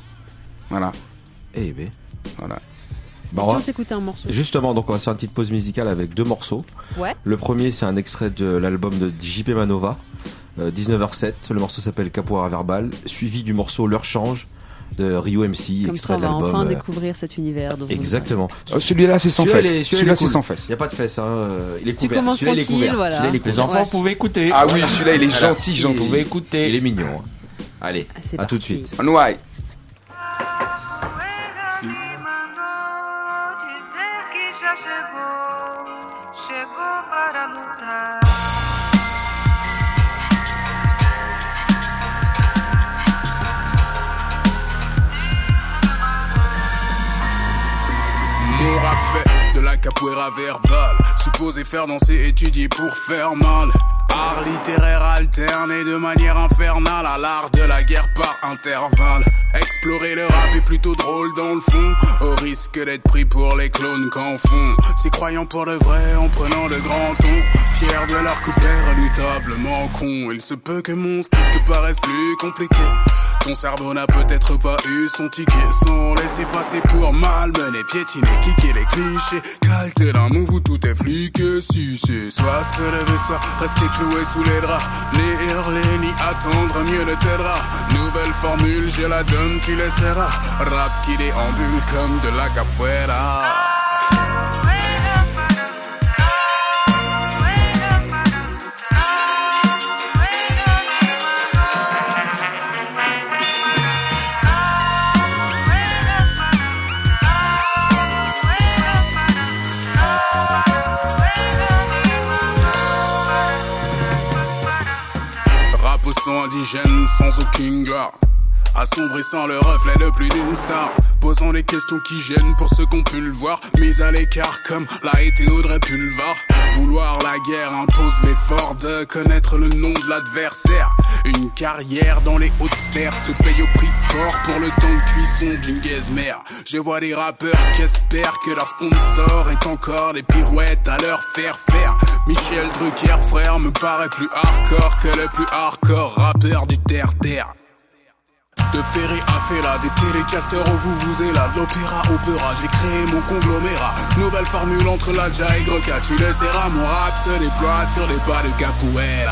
Voilà. Eh ben. Voilà. Bah, Et on si va- on s'écoutait un morceau. Justement, donc on va faire une petite pause musicale avec deux morceaux. Ouais. Le premier, c'est un extrait de l'album de J P Manova, euh, dix-neuf heures zéro sept. Le morceau s'appelle Capoeira Verbal, suivi du morceau L'heure change de Rio M C, Comme extrait ça, on de va l'album. enfin euh, découvrir cet univers. dont vous nous Exactement. Oh, celui-là, c'est sans Celui-là, fesses. il est- Celui-là, il est c'est cool. sans fesses. Il n'y a pas de fesses, hein. euh, Il est Tu couvert. commences Celui-là, il est tranquille, couvert. voilà. Celui-là, il est Les couvert. enfants, Ouais. vous pouvez écouter. Ah oui, celui-là, il est Voilà. gentil, Vous gentil. pouvez écouter. Il est mignon. hein. Allez, Ah, c'est à tout de parti. suite. On ouais. Dizer que já chegou, chegou para lutar. Mon rap fait de la capoeira verbale, supposé faire danser, étudier pour faire mal. Art littéraire alterné de manière infernale à l'art de la guerre par intervalle. Explorer le rap est plutôt drôle dans le fond, au risque d'être pris pour les clones qu'en font. Ces croyants pour de vrai en prenant le grand ton, fiers de leur couplet redoutablement con. Il se peut que mon style te paraisse plus compliqué. Ton cerveau n'a peut-être pas eu son ticket, sans laisser passer pour malmener, piétiner, kicker les clichés. Calter d'un move où tout est fliqué, sucer. Soit se lever, soit rester cloué sous les draps. Ni hurler, ni attendre, mieux ne t'aidera. Nouvelle formule, j'ai la donne, tu laisseras. Rap qui déambule comme de la capoeira. Rap au son indigène sans aucune gloire, assombrissant le reflet de plus d'une star, posant des questions qui gênent pour ceux qu'on pu le voir, mis à l'écart comme l'a été Audrey Pulvar. Vouloir la guerre impose l'effort de connaître le nom de l'adversaire. Une carrière dans les hautes sphères se paye au prix fort pour le temps de cuisson d'une gazmer. Je vois des rappeurs qui espèrent que leur sponsor est encore des pirouettes à leur faire faire. Michel Drucker frère me paraît plus hardcore que le plus hardcore rappeur du terre-terre. De ferry à Fela, des télécasters au Vuvuzela, de l'opéra opéra, j'ai créé mon conglomérat. Nouvelle formule entre la Jai et Greca, tu le seras, mon rap se déploie sur les pas de Capoeira.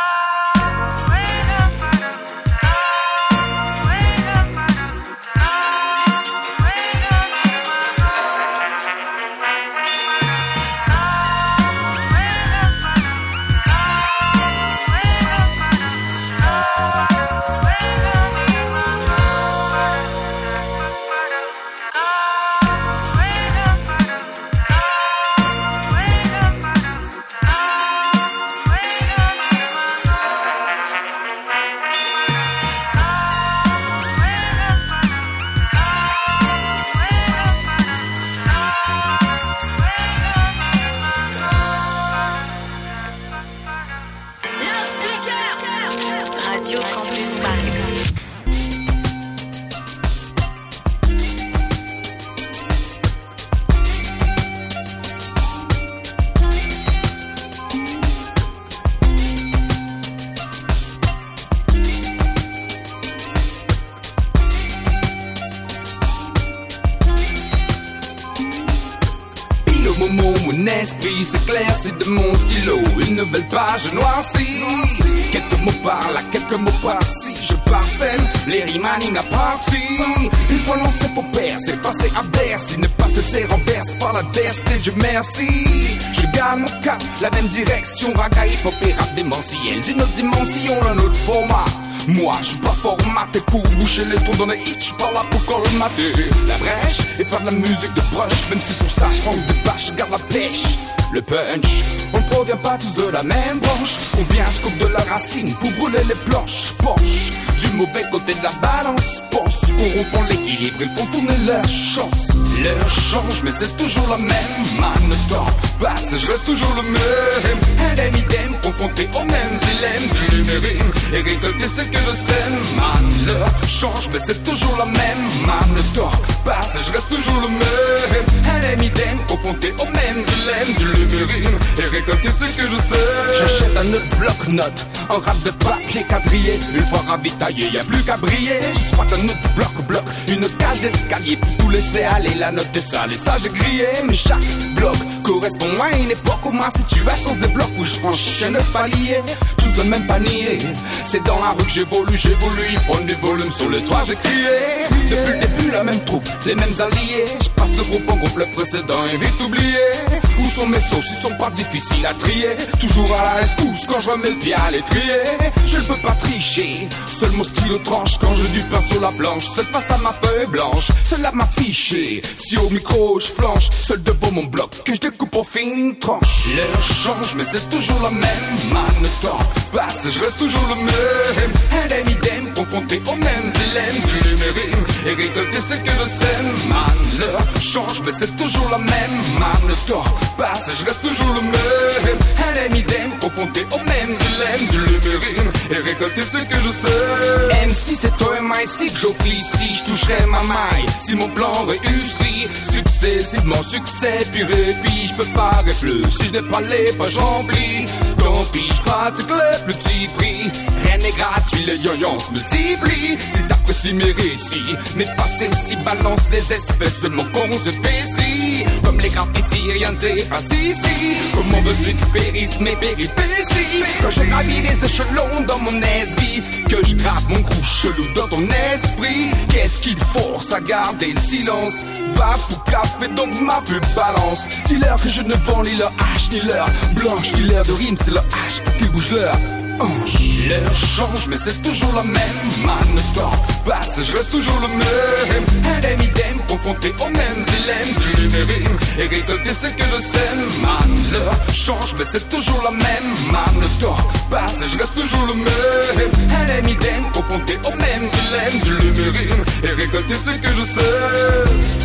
C'est clair, c'est de mon stylo, une nouvelle page noircie. Quelques mots par là, quelques mots par-ci. Je parsème, les rimes animent la partie. Une fois lancé, faut percer, passer à Bercy. Ne pas cesser, renverse par l'adversité, Dieu merci. Je gagne mon cap, la même direction. Raga, hip-hop et rap démentiel. D'une autre dimension, un autre format. Moi, je suis pas formaté pour boucher les trous dans les hits. Je suis pas là pour colmater la brèche et faire de la musique de brush. Même si pour ça, je prends des bâches, je garde la pêche. Le punch, on ne provient pas tous de la même branche. Combien se coupe de la racine pour brûler les planches. Penche du mauvais côté de la balance. Pense corrompant l'équilibre, ils font tourner leur chance. L'heure change, mais c'est toujours la même. Man, le temps passe, je reste toujours le même. Indem, idem, confronté au même dilemme du numérique. Et récolter ce que je sème. Man, l'heure change, mais c'est toujours la même. Man, le temps passe, je reste toujours le même. Indem, idem, confronté au même dilemme du numérique. Et récolter ce que je sais. J'achète un autre bloc-notes, un rap de papier quadrillé. Une fois ravitaillé, y'a plus qu'à briller. Je squatte un autre bloc-bloc, une autre cage d'escalier. Pour tout laisser aller, la note est sale. Et ça j'ai grillé, mais chaque bloc correspond à une époque ou ma situation se débloque où je franchis un palier. Tous dans le même panier. C'est dans la rue que j'évolue, j'évolue. Ils prennent du volume sur le toit, j'ai crié. Depuis le début, la même troupe, les mêmes alliés. Je passe de groupe en groupe, le précédent est vite oublié. Où sont mes sauces, ils sont pas difficiles à trier. Toujours à la rescousse quand je remets le pied à l'étrier. Je ne peux pas tricher, seul mon stylo tranche quand je du pain sur la planche. Seul face à ma feuille blanche, seul à m'afficher. Si au micro je flanche, seul devant mon bloc que je découpe en fines tranches. L'heure change mais c'est toujours la même. Man, le temps passe, je reste toujours le même. Indem, idem, confronté au même dilemme du numérique. Et récolter ce que je sème. Man, l'heure change mais c'est toujours la même. Man, le temps passe, je reste toujours le même. Indem, idem, confronté au même dilemme du numérique. Et récolter ce que je sais. M C c'est toi M I C que j'officie. Je toucherai ma maille si mon plan réussit. Successivement succès puis répit. Je peux pas plus si je n'ai pas les pages remplies. Tant pis, je pratique le petit prix. Rien n'est gratuit, le yo-yo se multiplie. Si t'apprécies mes récits, mes passés si balance les espèces seulement qu'on se pécie. Comme les graffitis, rien ne s'efface ici. Comment veux-tu que périssent mes péripéties? Quand je gravis les échelons dans mon S B, que je grave mon gros chelou dans ton esprit. Qu'est-ce qu'il force à garder le silence? Baf ou café donc ma pub balance. Dis-leur que je ne vends ni leur hache ni leur blanche. Qui l'air de rime c'est leur hache pour qu'ils bougent leur hanche. L'heure change mais c'est toujours la même. Man, le temps passe, je reste toujours le même. Indem, idem, confronté au même dilemme du numérique. Et récolter ce que je sème. Man, l'heure change mais c'est toujours la même. Man, le temps passe, je reste toujours le même. Indem, idem, confronté au même dilemme du numérique. Et récolter ce que je sais.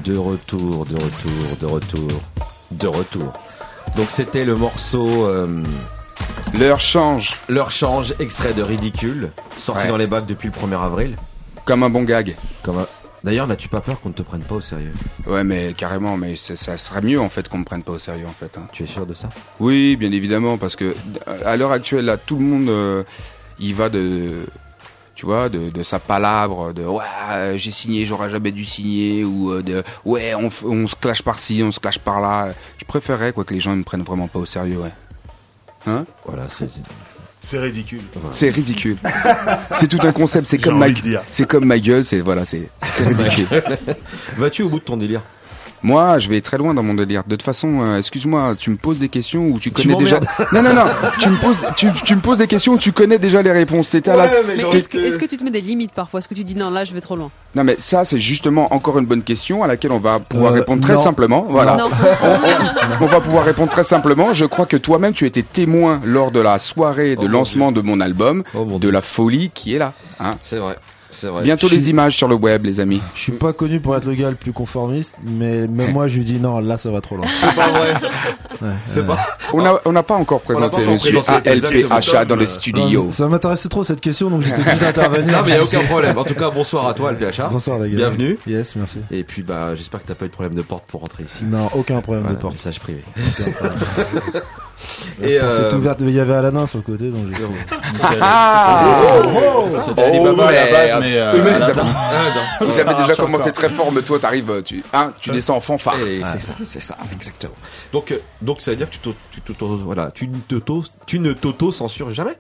De retour, de retour, de retour, de retour. Donc c'était le morceau euh, L'heure change. L'heure change, extrait de Ridicule, sorti Ouais. dans les bacs depuis le premier avril. Comme un bon gag. Comme un... D'ailleurs, n'as-tu pas peur qu'on ne te prenne pas au sérieux? Ouais, mais carrément, mais ça, ça serait mieux en fait qu'on me prenne pas au sérieux en fait. Hein. Tu es sûr de ça? Oui, bien évidemment, parce que à l'heure actuelle, là, tout le monde euh, il va de, tu vois, de, de sa palabre, de ouais, j'ai signé, j'aurais jamais dû signer, ou euh, de ouais, on, f- on se clash par-ci, on se clash par-là. Je préférerais quoi que les gens ils me prennent vraiment pas au sérieux, ouais. Hein? Voilà, c'est. C'est ridicule. C'est ridicule. C'est tout un concept. C'est J'ai comme envie ma, de dire. c'est comme ma gueule. C'est voilà, c'est, c'est ridicule. Vas-tu au bout de ton délire? Moi, je vais très loin dans mon délire. De toute façon, euh, excuse-moi, tu me poses des questions où tu connais déjà. m'emmerdes. Non, non, non. tu me poses, tu, tu me poses des questions où tu connais déjà les réponses. T'étais à la. Mais est-ce que, est-ce que tu te mets des limites parfois? Est-ce que tu dis non, là je vais trop loin? Non, mais ça, c'est justement encore une bonne question à laquelle on va pouvoir Euh, répondre très non. simplement. Voilà. Non. On, on- on va pouvoir répondre très simplement. Je crois que toi-même, tu étais témoin lors de la soirée de Oh, mon lancement de mon album, Oh, mon de Dieu. la folie qui est là. Hein. C'est vrai. C'est vrai. Bientôt Je les suis- images sur le web, les amis. Je suis pas connu pour être le gars le plus conformiste, mais même moi je lui dis non, là ça va trop loin. C'est pas vrai. Ouais, C'est ouais. pas. On n'a on n'a pas encore On n'a pas présenté encore monsieur présenté A L P exactement. Achat dans le Euh, studio. Non, ça m'intéressait trop cette question, donc j'étais obligé d'intervenir. Non, mais il n'y a aucun problème. En tout cas, bonsoir à toi, L P H. Bonsoir les gars. Bienvenue. Yes, merci. Et puis, bah, j'espère que t'as pas eu de problème de porte pour rentrer ici. Non, aucun problème Voilà, de porte. message privé. Aucun problème. Et La porte euh, s'est ouverte, il y avait Alanin sur le côté, donc j'ai. C'était Alibaba à la base, merde. mais. euh, Ils avaient- Ah, non. Ils avaient déjà marche commencé encore. très fort, mais toi t'arrives, tu, hein, tu descends en fanfare. Et c'est ça, c'est ça, exactement. Donc, euh, donc ça veut dire que tu t'auto, tu t'auto- voilà, tu ne t'auto, tu ne t'auto-censures jamais.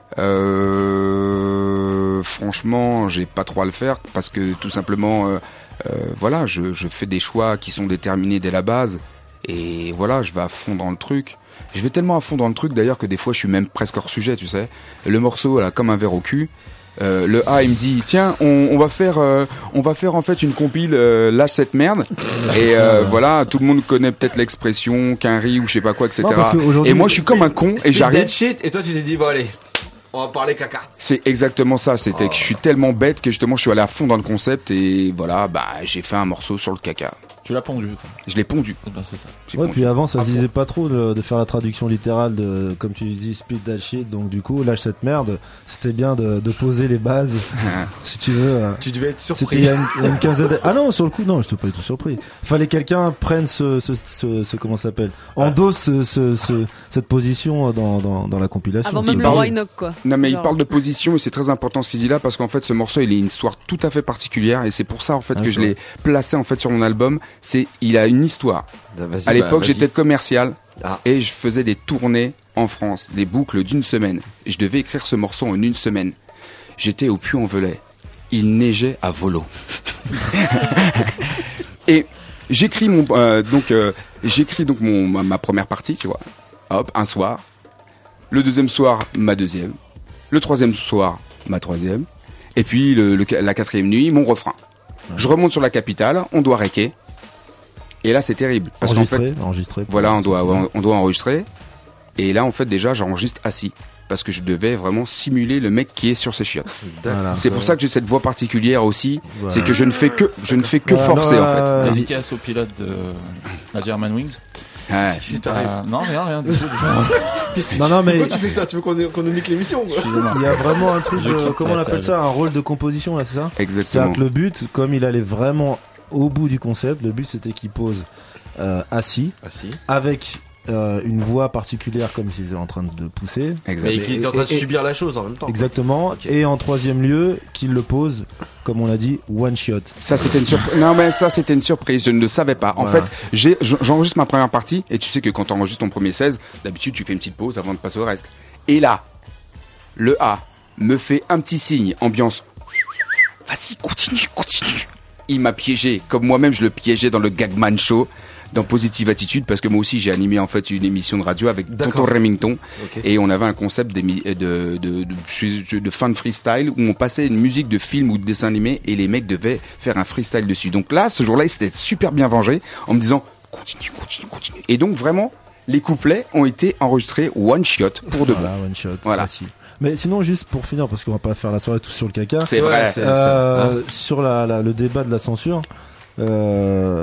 Euh, franchement, j'ai pas trop à le faire parce que tout simplement, euh, euh, voilà, je, je fais des choix qui sont déterminés dès la base et voilà, je vais à fond dans le truc. Je vais tellement à fond dans le truc d'ailleurs que des fois je suis même presque hors sujet, tu sais. Le morceau là, comme un verre au cul. Euh, le A il me dit tiens on, on va faire euh, on va faire en fait une compile euh, lâche cette merde et euh, voilà tout le monde connaît peut-être l'expression qu'un riz ou je sais pas quoi etc Non, parce qu'aujourd'hui- et moi je suis comme un con et Speak j'arrive that shit, et toi tu t'es dit bon allez, on va parler caca. c'est exactement ça, c'était que je suis tellement bête que justement je suis allé à fond dans le concept et voilà, bah j'ai fait un morceau sur le caca. Tu l'as pondu, quoi. Je l'ai pondu. Eh ben, c'est ça. J'ai Ouais, pondu. puis avant ça se disait pas trop de, de faire la traduction littérale de, comme tu dis, split that shit, donc du coup, lâche cette merde, c'était bien de, de poser les bases, si tu veux. euh, Tu devais être C'était surpris. il y, a une, il y a une quinzaine d'années. Ah non, sur le coup, non, je n'étais pas du tout surpris. Fallait que quelqu'un prenne ce, ce, ce, ce comment ça s'appelle, endosse ce, ce, ce, cette position dans, dans, dans la compilation. Avant C'est même le pareil. roi Enoch, quoi. Non mais il Genre. parle de position et c'est très important ce qu'il dit là parce qu'en fait ce morceau il a une histoire tout à fait particulière et c'est pour ça en fait Ah, que c'est je l'ai placé en fait sur mon album. C'est il a une histoire. Vas-y, À l'époque bah, j'étais vas-y. commercial Ah. et je faisais des tournées en France, des boucles d'une semaine. Et je devais écrire ce morceau en une semaine. J'étais au Puy-en-Velay. Il neigeait à volo. Et j'écris mon euh, donc euh, j'écris donc mon ma, ma première partie, tu vois. Hop, un soir. Le deuxième soir, ma deuxième. Le troisième soir, ma troisième. Et puis le, le- la quatrième nuit, mon refrain. Je remonte sur la capitale, on doit réquer. Et là, c'est terrible parce qu'en fait, Enregistré, enregistré. voilà, on doit on, on doit enregistrer. Et là, en fait, déjà, j'enregistre assis parce que je devais vraiment simuler le mec qui est sur ses chiottes. Voilà. C'est pour ça que j'ai cette voix particulière aussi, Voilà. c'est que je ne fais que je ne fais que Voilà, forcer non, en fait. euh, Dédicace au pilote de la German Wings. Ouais. Si t'arrives. Euh, non, rien, rien. désolé. Non, non, mais Pourquoi tu fais ça? Tu veux qu'on qu'on nous nique l'émission quoi? Excusez-moi. il y a vraiment un truc, Je de, quitte comment on la appelle salle. ça, un rôle de composition là, c'est ça? Exactement. C'est-à-dire que le but, comme il allait vraiment au bout du concept, le but c'était qu'il pose euh, assis, Ah si. avec euh, une voix particulière comme s'il était en train de pousser. Mais Exactement. qui est en train de et- subir la chose en même temps. Exactement. Ok. Et en troisième lieu, qu'il le pose, comme on l'a dit, one shot. Ça c'était une surprise. Non mais ça c'était une surprise, je ne le savais pas. En Voilà. fait, j'ai j'enregistre ma première partie et tu sais que quand tu enregistres ton premier seize, d'habitude tu fais une petite pause avant de passer au reste. Et là, le A me fait un petit signe, ambiance. Vas-y, continue, continue. Il m'a piégé, comme moi-même je le piégeais dans le Gagman Show, dans Positive Attitude, parce que moi aussi j'ai animé en fait une émission de radio avec Tonton D'accord. Remington, Ok. et on avait un concept d'émi- de, de, de, de, de fin de freestyle où on passait une musique de film ou de dessin animé et les mecs devaient faire un freestyle dessus. Donc là, ce jour-là, il s'était super bien vengé en me disant continue, continue, continue. Et donc vraiment, les couplets ont été enregistrés one shot pour de bon. Voilà, one shot. Voilà. Facile. Mais sinon, juste pour finir, parce qu'on va pas faire la soirée tout sur le caca. C'est vrai. c'est- Euh, sur la, la- le débat de la censure, euh,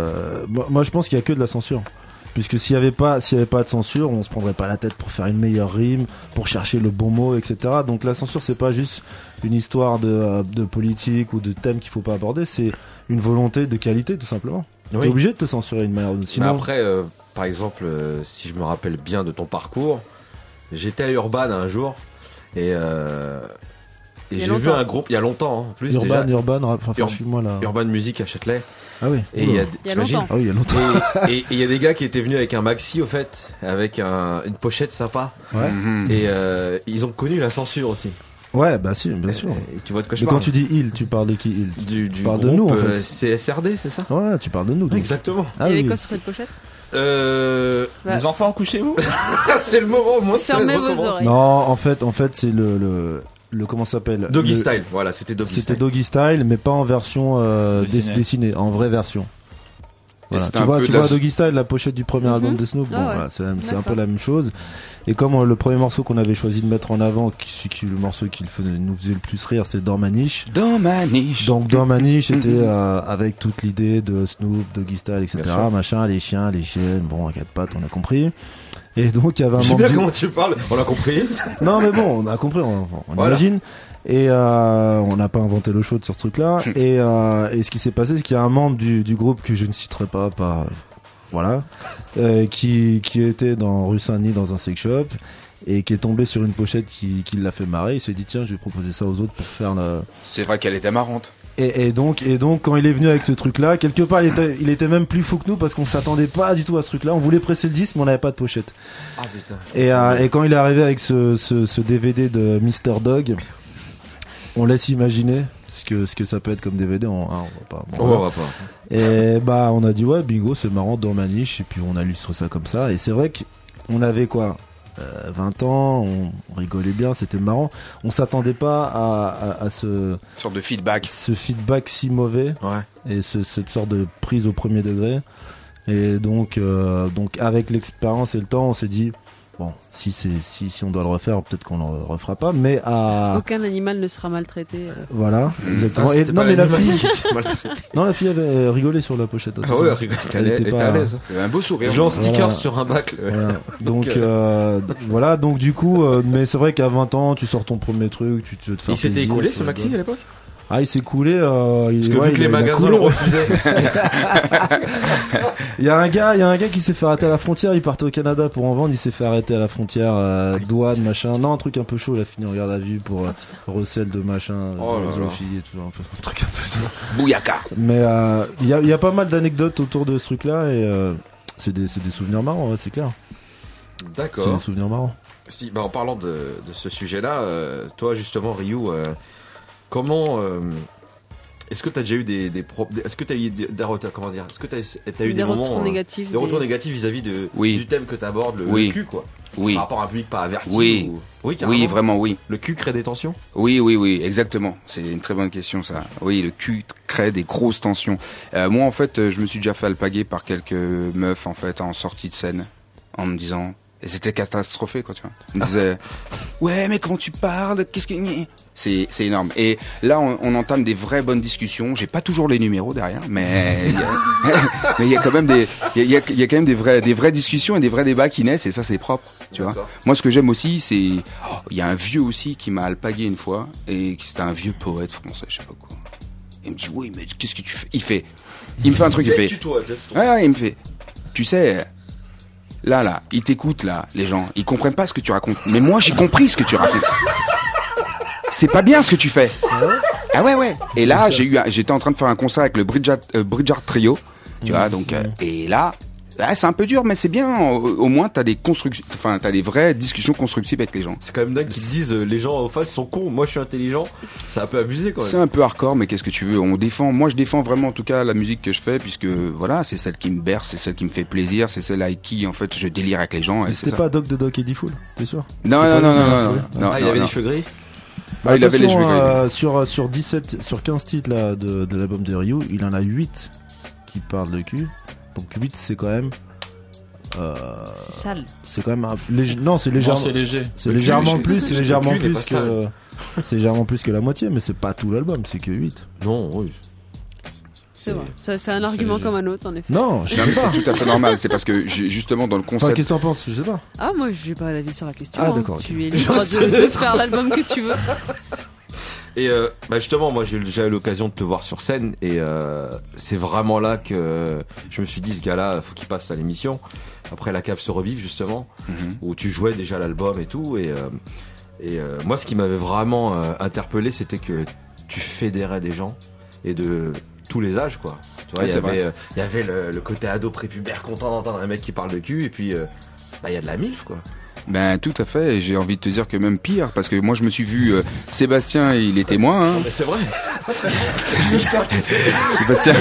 moi, moi, je pense qu'il y a que de la censure. Puisque s'il y avait pas, s'il y avait pas de censure, on se prendrait pas la tête pour faire une meilleure rime, pour chercher le bon mot, et cetera. Donc la censure, c'est pas juste une histoire de, de politique ou de thème qu'il faut pas aborder, c'est une volonté de qualité, tout simplement. Oui. T'es obligé de te censurer d'une manière ou d'une autre. Sinon, Mais après, euh, par exemple, euh, si je me rappelle bien de ton parcours, j'étais à Urban un jour et, euh, et Il y a j'ai vu longtemps. un groupe il y a longtemps, hein, en plus. Urban, déjà, Urban, enfin, Ur- suis-moi là. Urban Music à Châtelet. Ah oui. Et il y a, Il y a t'imagines longtemps. Ah oui, il y a longtemps. Et et- et il y a des gars qui étaient venus avec un maxi au fait, avec un, une pochette sympa. Ouais. Mhm. Et euh, ils ont connu la censure aussi. Ouais, bah si, bien sûr. Et, et tu vois de quoi je Mais parle. quand tu dis il, tu parles de qui il du, du parles groupe de nous, en fait. euh, C S R D, c'est ça? Ouais, tu parles de nous. donc. Exactement. Il Ah y avait oui. quoi sur cette pochette? Euh, Bah, Les enfants, couchez-vous. c'est le moment au moins de Fermez seize vos recommence. oreilles. Non, en fait, en fait, c'est le, le, le comment ça s'appelle? Doggy Le- Style, voilà, c'était Doggy C'était Style. Doggy Style, mais pas en version euh, Dessinée. dessinée. dessinée, en vraie version. Voilà. c'était Tu un vois, peu tu de la- vois Doggy Style, la pochette du premier Mhm. album de Snoop, bon, Ah ouais. voilà, c'est, la- c'est un D'accord. peu la même chose. Et comme euh, le premier morceau qu'on avait choisi de mettre en avant, qui, qui le morceau qui le faisait- nous faisait le plus rire, c'est Dans ma niche. Dans ma niche. Donc Dans ma niche, c'était euh, avec toute l'idée de Snoop, Doggy Style, et Bien cetera. sûr. Machin, les chiens, les chiennes, bon, à quatre pattes, on a compris. Et donc il y avait un J'aime membre bien du... comment tu parles, on l'a compris. Non mais bon, on a compris, on, on Voilà. imagine. Et euh, on n'a pas inventé l'eau chaude sur ce truc-là. et, euh, et ce qui s'est passé, c'est qu'il y a un membre du, du groupe que je ne citerai pas, par voilà, euh, qui qui était dans rue Saint-Denis dans un sex shop et qui est tombé sur une pochette qui, qui l'a fait marrer. Il s'est dit tiens, je vais proposer ça aux autres pour faire le. C'est vrai qu'elle était marrante. Et, et donc et donc quand il est venu avec ce truc-là, quelque part il était il était même plus fou que nous parce qu'on s'attendait pas du tout à ce truc-là. On voulait presser le disque, mais on n'avait pas de pochette. Ah putain. Et, euh, et quand il est arrivé avec ce, ce, ce D V D de mister Dog, on laisse imaginer ce que, ce que ça peut être comme D V D. On, hein, on va pas, bon, Oh, voilà. on va pas. Et bah on a dit ouais bingo, c'est marrant, Dans ma niche. Et puis on a illustré ça comme ça. Et c'est vrai qu'on avait quoi euh, vingt ans, on, on rigolait bien, c'était marrant. On s'attendait pas à, à, à ce, Une sorte de feedback. ce feedback si mauvais Ouais. et ce, cette sorte de prise au premier degré. Et donc, euh, donc avec l'expérience et le temps, on s'est dit bon, si c'est si si on doit le refaire, peut-être qu'on le refera pas, mais à Aucun animal ne sera maltraité. euh. voilà, exactement. Ah, Et c'était non pas mais la l'animal fille, qui était maltraité. non la fille avait rigolé sur la pochette. Ah attention. ouais, elle était à Elle l'aise- était elle était pas- à l'aise. Il avait un beau sourire. Je lance stickers Voilà. sur un bac. le- Voilà. Donc Donc, euh, voilà, donc du coup, euh, mais c'est vrai qu'à vingt ans, tu sors ton premier truc, tu te veux te faire Il s'était plaisir, écoulé tu ce maxi rigoles. à l'époque? Ah, il s'est coulé. Euh, il, Parce que ouais, vu que il les a- il a magasins coulé, le ouais. refusaient. Il y a un gars, il y a un gars qui s'est fait arrêter à la frontière. Il partait au Canada pour en vendre. Il s'est fait arrêter à la frontière, euh, douane, machin. Non, un truc un peu chaud. Il a fini en garde à vue pour euh, recel de machin, Oh là là. zoophilie et tout, un, peu, un truc un peu ça. Bouyaka. Mais euh, il y, a, il y a pas mal d'anecdotes autour de ce truc-là et euh, c'est des, c'est des souvenirs marrants, ouais, c'est clair. C'est des D'accord. souvenirs marrants. Si, bah en parlant de, de ce sujet-là, euh, toi justement, Ryu, euh, comment euh, est-ce que t'as déjà eu des, des pro- des- est-ce que t'as eu des, des retours- comment dire, est-ce que t'as, t'as eu des, Des moments retours euh, négatifs. des retours des- négatifs vis-à-vis de Oui. du thème que t'abordes, le, Oui. le cul quoi, Oui. par rapport à un public pas averti. Oui. ou- oui, carrément. Oui, vraiment, oui. Le cul crée des tensions. Oui, oui, oui, exactement. C'est une très bonne question, ça. Oui, le cul crée des grosses tensions. Euh, moi, en fait, euh, je me suis déjà fait alpaguer par quelques meufs, en fait, en sortie de scène, en me disant... Et c'était catastrophé, quoi, tu vois. Ils me disaient, ouais, mais comment tu parles? Qu'est-ce que... C'est, c'est énorme. Et là, on, on entame des vraies bonnes discussions. J'ai pas toujours les numéros derrière, mais il y a, mais il y a quand même des, il y a, il y a- il y a quand même des vraies, des vraies discussions et des vrais débats qui naissent, et ça, c'est propre, tu vois. D'accord. Moi, ce que j'aime aussi, c'est, oh, il y a un vieux aussi qui m'a alpagué une fois, et c'était un vieux poète français, je sais pas quoi. Il me dit, oui, mais qu'est-ce que tu fais? Il fait, il me fait un truc, il fait, Tutoie, laisse-toi. ouais, ouais, il me fait, tu sais, là, là, ils t'écoutent, là, les gens, ils comprennent pas ce que tu racontes. Mais moi, j'ai compris ce que tu racontes. C'est pas bien ce que tu fais. Ah ouais, ouais. Et là, j'ai eu, un- j'étais en train de faire un concert avec le Bridgeart, euh, Bridgeart Trio, tu vois, donc, euh, et là, ouais, c'est un peu dur, mais c'est bien. Au, au moins, t'as des constructions, enfin, t'as des vraies discussions constructives avec les gens. C'est quand même dingue qu'ils se disent euh, les gens en face sont cons. Moi, je suis intelligent. C'est un peu abusé quand même. C'est un peu hardcore, mais qu'est-ce que tu veux? On défend, moi je défends vraiment en tout cas la musique que je fais, puisque voilà, c'est celle qui me berce, c'est celle qui me fait plaisir, c'est celle avec qui en fait je délire avec les gens. Mais Et c'était c'est ça. pas Doc de Doc Eddie Fool, t'es sûr? Non, c'est non, pas non, lui, non, hein, non, c'est non, Ah, il non, avait non. les cheveux gris. Ah, il avait les Attention, cheveux gris. euh, sur, sur dix-sept, sur quinze titres là, de, de l'album de Ryu, il en a huit qui parlent de cul. Donc huit c'est quand même. Euh, C'est sale. c'est quand même un, léger- non c'est Non, légèrement c'est léger. c'est Le cul, légèrement le plus cul, c'est le légèrement cul, il est plus pas que c'est légèrement plus que la moitié, mais c'est pas tout l'album, c'est que huit. Non, oui. C'est vrai. Ça, c'est un argument léger. comme un autre, en effet. Non, je Non, sais mais pas. c'est tout à fait normal. C'est parce que j'ai- justement dans le Enfin, concept. qu'est-ce que t'en penses? Je sais pas. Ah, moi, j'ai pas d'avis sur la question. Ah, hein. d'accord, ok. Tu es libre de, de faire l'album que tu veux. Et euh, bah justement, moi j'ai eu déjà eu l'occasion de te voir sur scène et euh, c'est vraiment là que je me suis dit ce gars-là, faut qu'il passe à l'émission. Après la cave se revive justement, Mhm. où tu jouais déjà l'album et tout. Et, euh, et euh, moi, ce qui m'avait vraiment euh, interpellé, c'était que tu fédérais des gens et de tous les âges, quoi. Tu vois, Ouais, il y c'est avait, vrai. euh, il y avait le, le côté ado prépubère content d'entendre un mec qui parle de cul et puis euh, bah il y a de la milf, quoi. Ben tout à fait, et j'ai envie de te dire que même pire, parce que moi je me suis vu euh, Sébastien, il est témoin. Hein. Mais c'est vrai. Sébastien,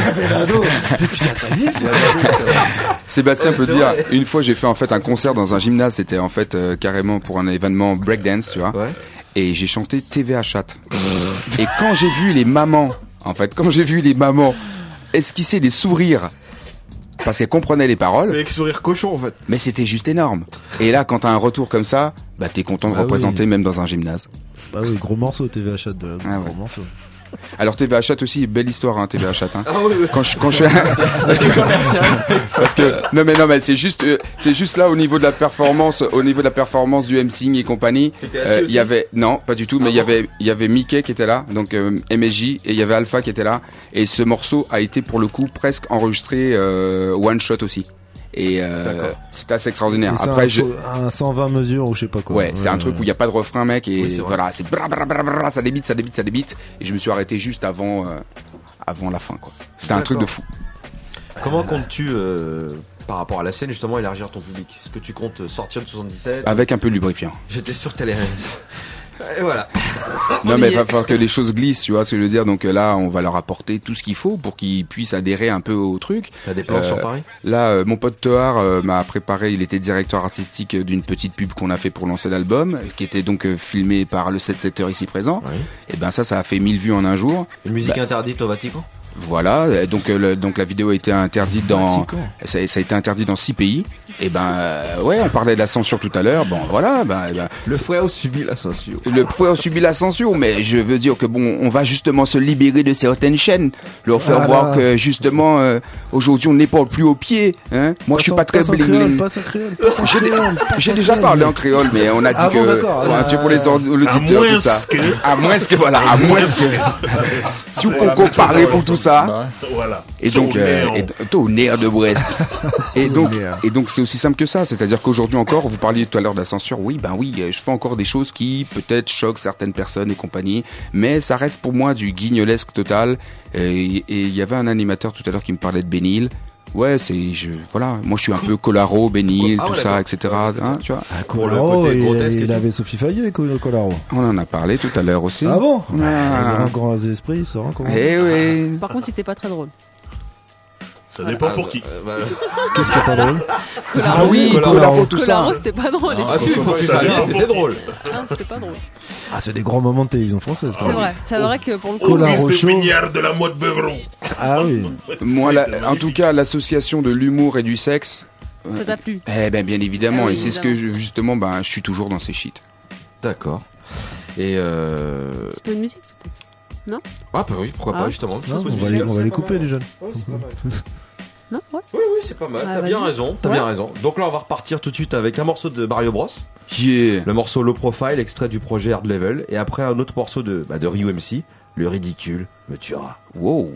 Sébastien Ouais, peut c'est dire. vrai. Une fois, j'ai fait en fait un concert dans un gymnase. C'était en fait euh, carrément pour un événement breakdance, tu vois. Ouais. Et j'ai chanté T V A Chat. Et quand j'ai vu les mamans, en fait, quand j'ai vu les mamans esquisser des sourires. Parce qu'elles comprenaient les paroles. Avec sourire cochon en fait. Mais c'était juste énorme. Et là, quand t'as un retour comme ça, bah t'es content de Bah représenter oui. même dans un gymnase. Bah oui, gros morceau T V H de Ah gros ouais. morceau. Alors T V A Chat aussi, belle histoire, hein, T V A Chat. Hein. Ah oui, oui. Quand je, quand je, parce que, parce que, non mais non mais c'est juste, euh, c'est juste là au niveau de la performance, au niveau de la performance du MCing et compagnie. T'étais assis euh, Il aussi y avait, non, pas du tout, mais il y avait, il y avait Mickey qui était là, donc euh, M S J, et il y avait Alpha qui était là. Et ce morceau a été pour le coup presque enregistré euh, one shot aussi. Et euh, D'accord. c'est assez extraordinaire. Et c'est Après, un, je, so- un cent vingt mesures ou je sais pas quoi. ouais, c'est un truc où il y a pas de refrain, mec, et Oui, c'est vrai. voilà, c'est bra bra bra bra, ça débite, ça débite, ça débite. Et je me suis arrêté juste avant, euh, avant la fin, quoi. C'était un truc de fou. Comment comptes-tu, euh, par rapport à la scène, justement, élargir ton public? Est-ce que tu comptes sortir de soixante-dix-sept? Avec un peu de lubrifiant. J'étais sur Télérez. Et voilà. Non On mais y il va est. falloir que les choses glissent, tu vois ce que je veux dire. Donc euh, là, on va leur apporter tout ce qu'il faut pour qu'ils puissent adhérer un peu au truc. T'as des plans Euh, sur Paris? Là, euh, mon pote Tohar euh, m'a préparé, il était directeur artistique euh, d'une petite pub qu'on a fait pour lancer l'album, qui était donc euh, filmé par le sept sept heures ici présent. Oui. Et ben ça, ça a fait mille vues en un jour. Une musique Bah, interdite au Vatican? Voilà, euh, donc, euh, le- donc la vidéo a été interdite dans, Vatican. ça, ça a été interdit dans six pays. Et ben euh, ouais, on parlait de la censure tout à l'heure. Bon voilà, ben, ben, Le fouet subit la censure. le fouet a subi la censure, mais je veux dire que bon, on va justement se libérer de certaines chaînes, leur faire Voilà. voir que justement euh, aujourd'hui on n'est pas plus au pied. Hein. Moi je suis pas très Passe en bling créole, bling. passe en créole, passe en J'ai dé- créole, passe j'ai en déjà créole. parlé en créole, mais on a dit Ah que bon, d'accord. ouais, tu sais, pour les Euh, ordi- l'auditeurs moins tout ça. que- À moins que voilà, à moins que si on Voilà, peut c'est comparer toujours pour le tout temps. ça. Voilà. Et donc, euh, Tonnerre. et, tonnerre de Brest. et donc, Tonnerre. et donc, c'est aussi simple que ça. C'est-à-dire qu'aujourd'hui encore, vous parliez tout à l'heure de la censure. Oui, ben oui, euh, je fais encore des choses qui peut-être choquent certaines personnes et compagnie, mais ça reste pour moi du guignolesque total. Et il y avait un animateur tout à l'heure qui me parlait de Bénil. Ouais, c'est, je, voilà, moi je suis un peu Colaro, Bénil, Ah ouais, tout ça, d'accord. et cetera. Hein, tu vois. Ah, Pour le Colaro, côté il, grotesque et il tout. avait Sophie Fayet, Col- Colaro. On en a parlé tout à l'heure aussi. Ah bon? Ah. Les grands esprits se rencontrent. Eh oui. Par contre, il était pas très drôle. Ça dépend pour qui. Euh, voilà. Qu'est-ce qui est pas drôle? Ah oui, Colaro. Colaro, tout ça. Colaro, c'était pas drôle. Ah, si, faut que Ça ça dépend vienne, c'était drôle. Non, c'était pas drôle. Ah, c'est des grands moments de télévision française. C'est vrai. C'est vrai que pour le coup, Colaro Auguste chaud. Vignard de la mode Beuvron. Ah oui. Moi, la- en tout cas, l'association de l'humour et du sexe. ça t'a plu. Eh ben bien évidemment, Ah oui, et c'est ce que je- justement, ben je suis toujours dans ces shit. D'accord. Et euh... C'est pas une musique. Ah, bah oui, pourquoi Ah. pas, justement. Non, on va les, on va les couper, les jeunes. Non, ouais. Oui, oui, c'est pas mal. Ah, T'as bien vas-y. raison. T'as Ouais. bien raison. Donc là, on va repartir tout de suite avec un morceau de Mario Bros. Yeah. Le morceau Low Profile, extrait du projet Hard Level. Et après, un autre morceau de, bah, de Ryu M C. Le ridicule me tuera. Wow.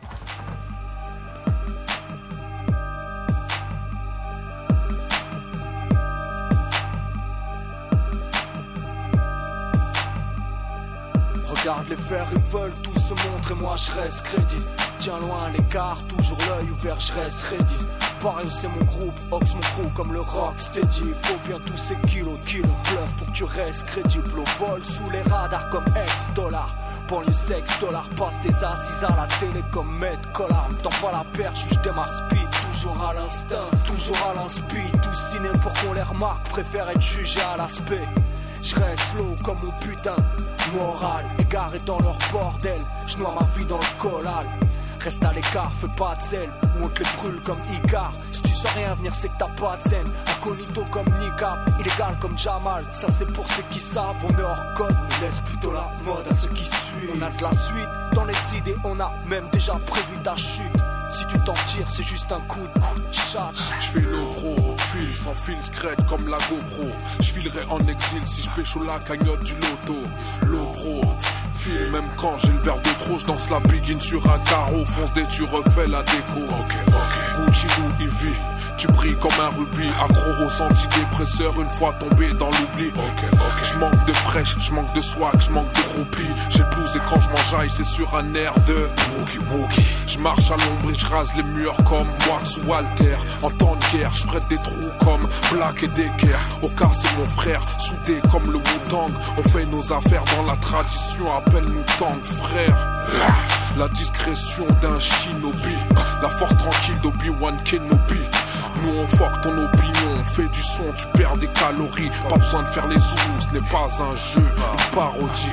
Regarde les verts, ils veulent tous se montrer, moi je reste crédit. Tiens loin à l'écart, toujours l'œil ouvert, je reste ready. Pareil c'est mon groupe, Ox mon crew comme le rock steady. Faut bien tous ces kilos, kilos bluff pour que tu restes crédible. Au vol sous les radars comme ex-dollars. Banlieue sexe, dollar, passe des assises à la télé comme Maître Collard. M'tends pas la perche, je démarre speed. Toujours à l'instinct, toujours à l'inspeed. Tous ciné pour qu'on les remarque, préfère être jugé à l'aspect. Je reste low comme mon putain moral, égaré dans leur bordel. Je noie ma vie dans le collal. Reste à l'écart, fais pas de zèle, ou on te les brûle comme Icar. Si tu sens rien venir, c'est que t'as pas de zen. Incognito comme Niqab, illégal comme Jamal. Ça c'est pour ceux qui savent, on est hors code. On laisse plutôt la mode à ceux qui suivent. On a de la suite dans les idées, on a même déjà prévu ta chute. Si tu t'en tires, c'est juste un coup de coup de chat. Je fais le gros, fil sans fil, scred comme la GoPro. Je filerai en exil si je pécho la cagnotte du loto. L'obro, file même quand j'ai le verre de trop. Je danse la begin sur un carreau. Fonce dès tu refais la déco. Ok, ok. Gucci ou Ivy, tu brilles comme un rubis. Accro aux antidépresseurs une fois tombé dans l'oubli. Ok, ok. Je manque de fraîche, je manque de swag, je manque de groupies. J'ai le blues et quand je m'enjaille, c'est sur un air de Wookie Wookie. Je marche à l'ombre et je rase les murs comme Wax ou Walter. En temps de guerre, je prête des trous comme Black et Decker. Au cas c'est mon frère, soudé comme le Wu-Tang. On fait nos affaires dans la tradition, appelle-nous Tang, frère. La discrétion d'un shinobi, la force tranquille d'Obi-Wan Kenobi. Nous on fuck ton opinion, on fait du son, tu perds des calories. Pas besoin de faire les zoos, ce n'est pas un jeu, une parodie.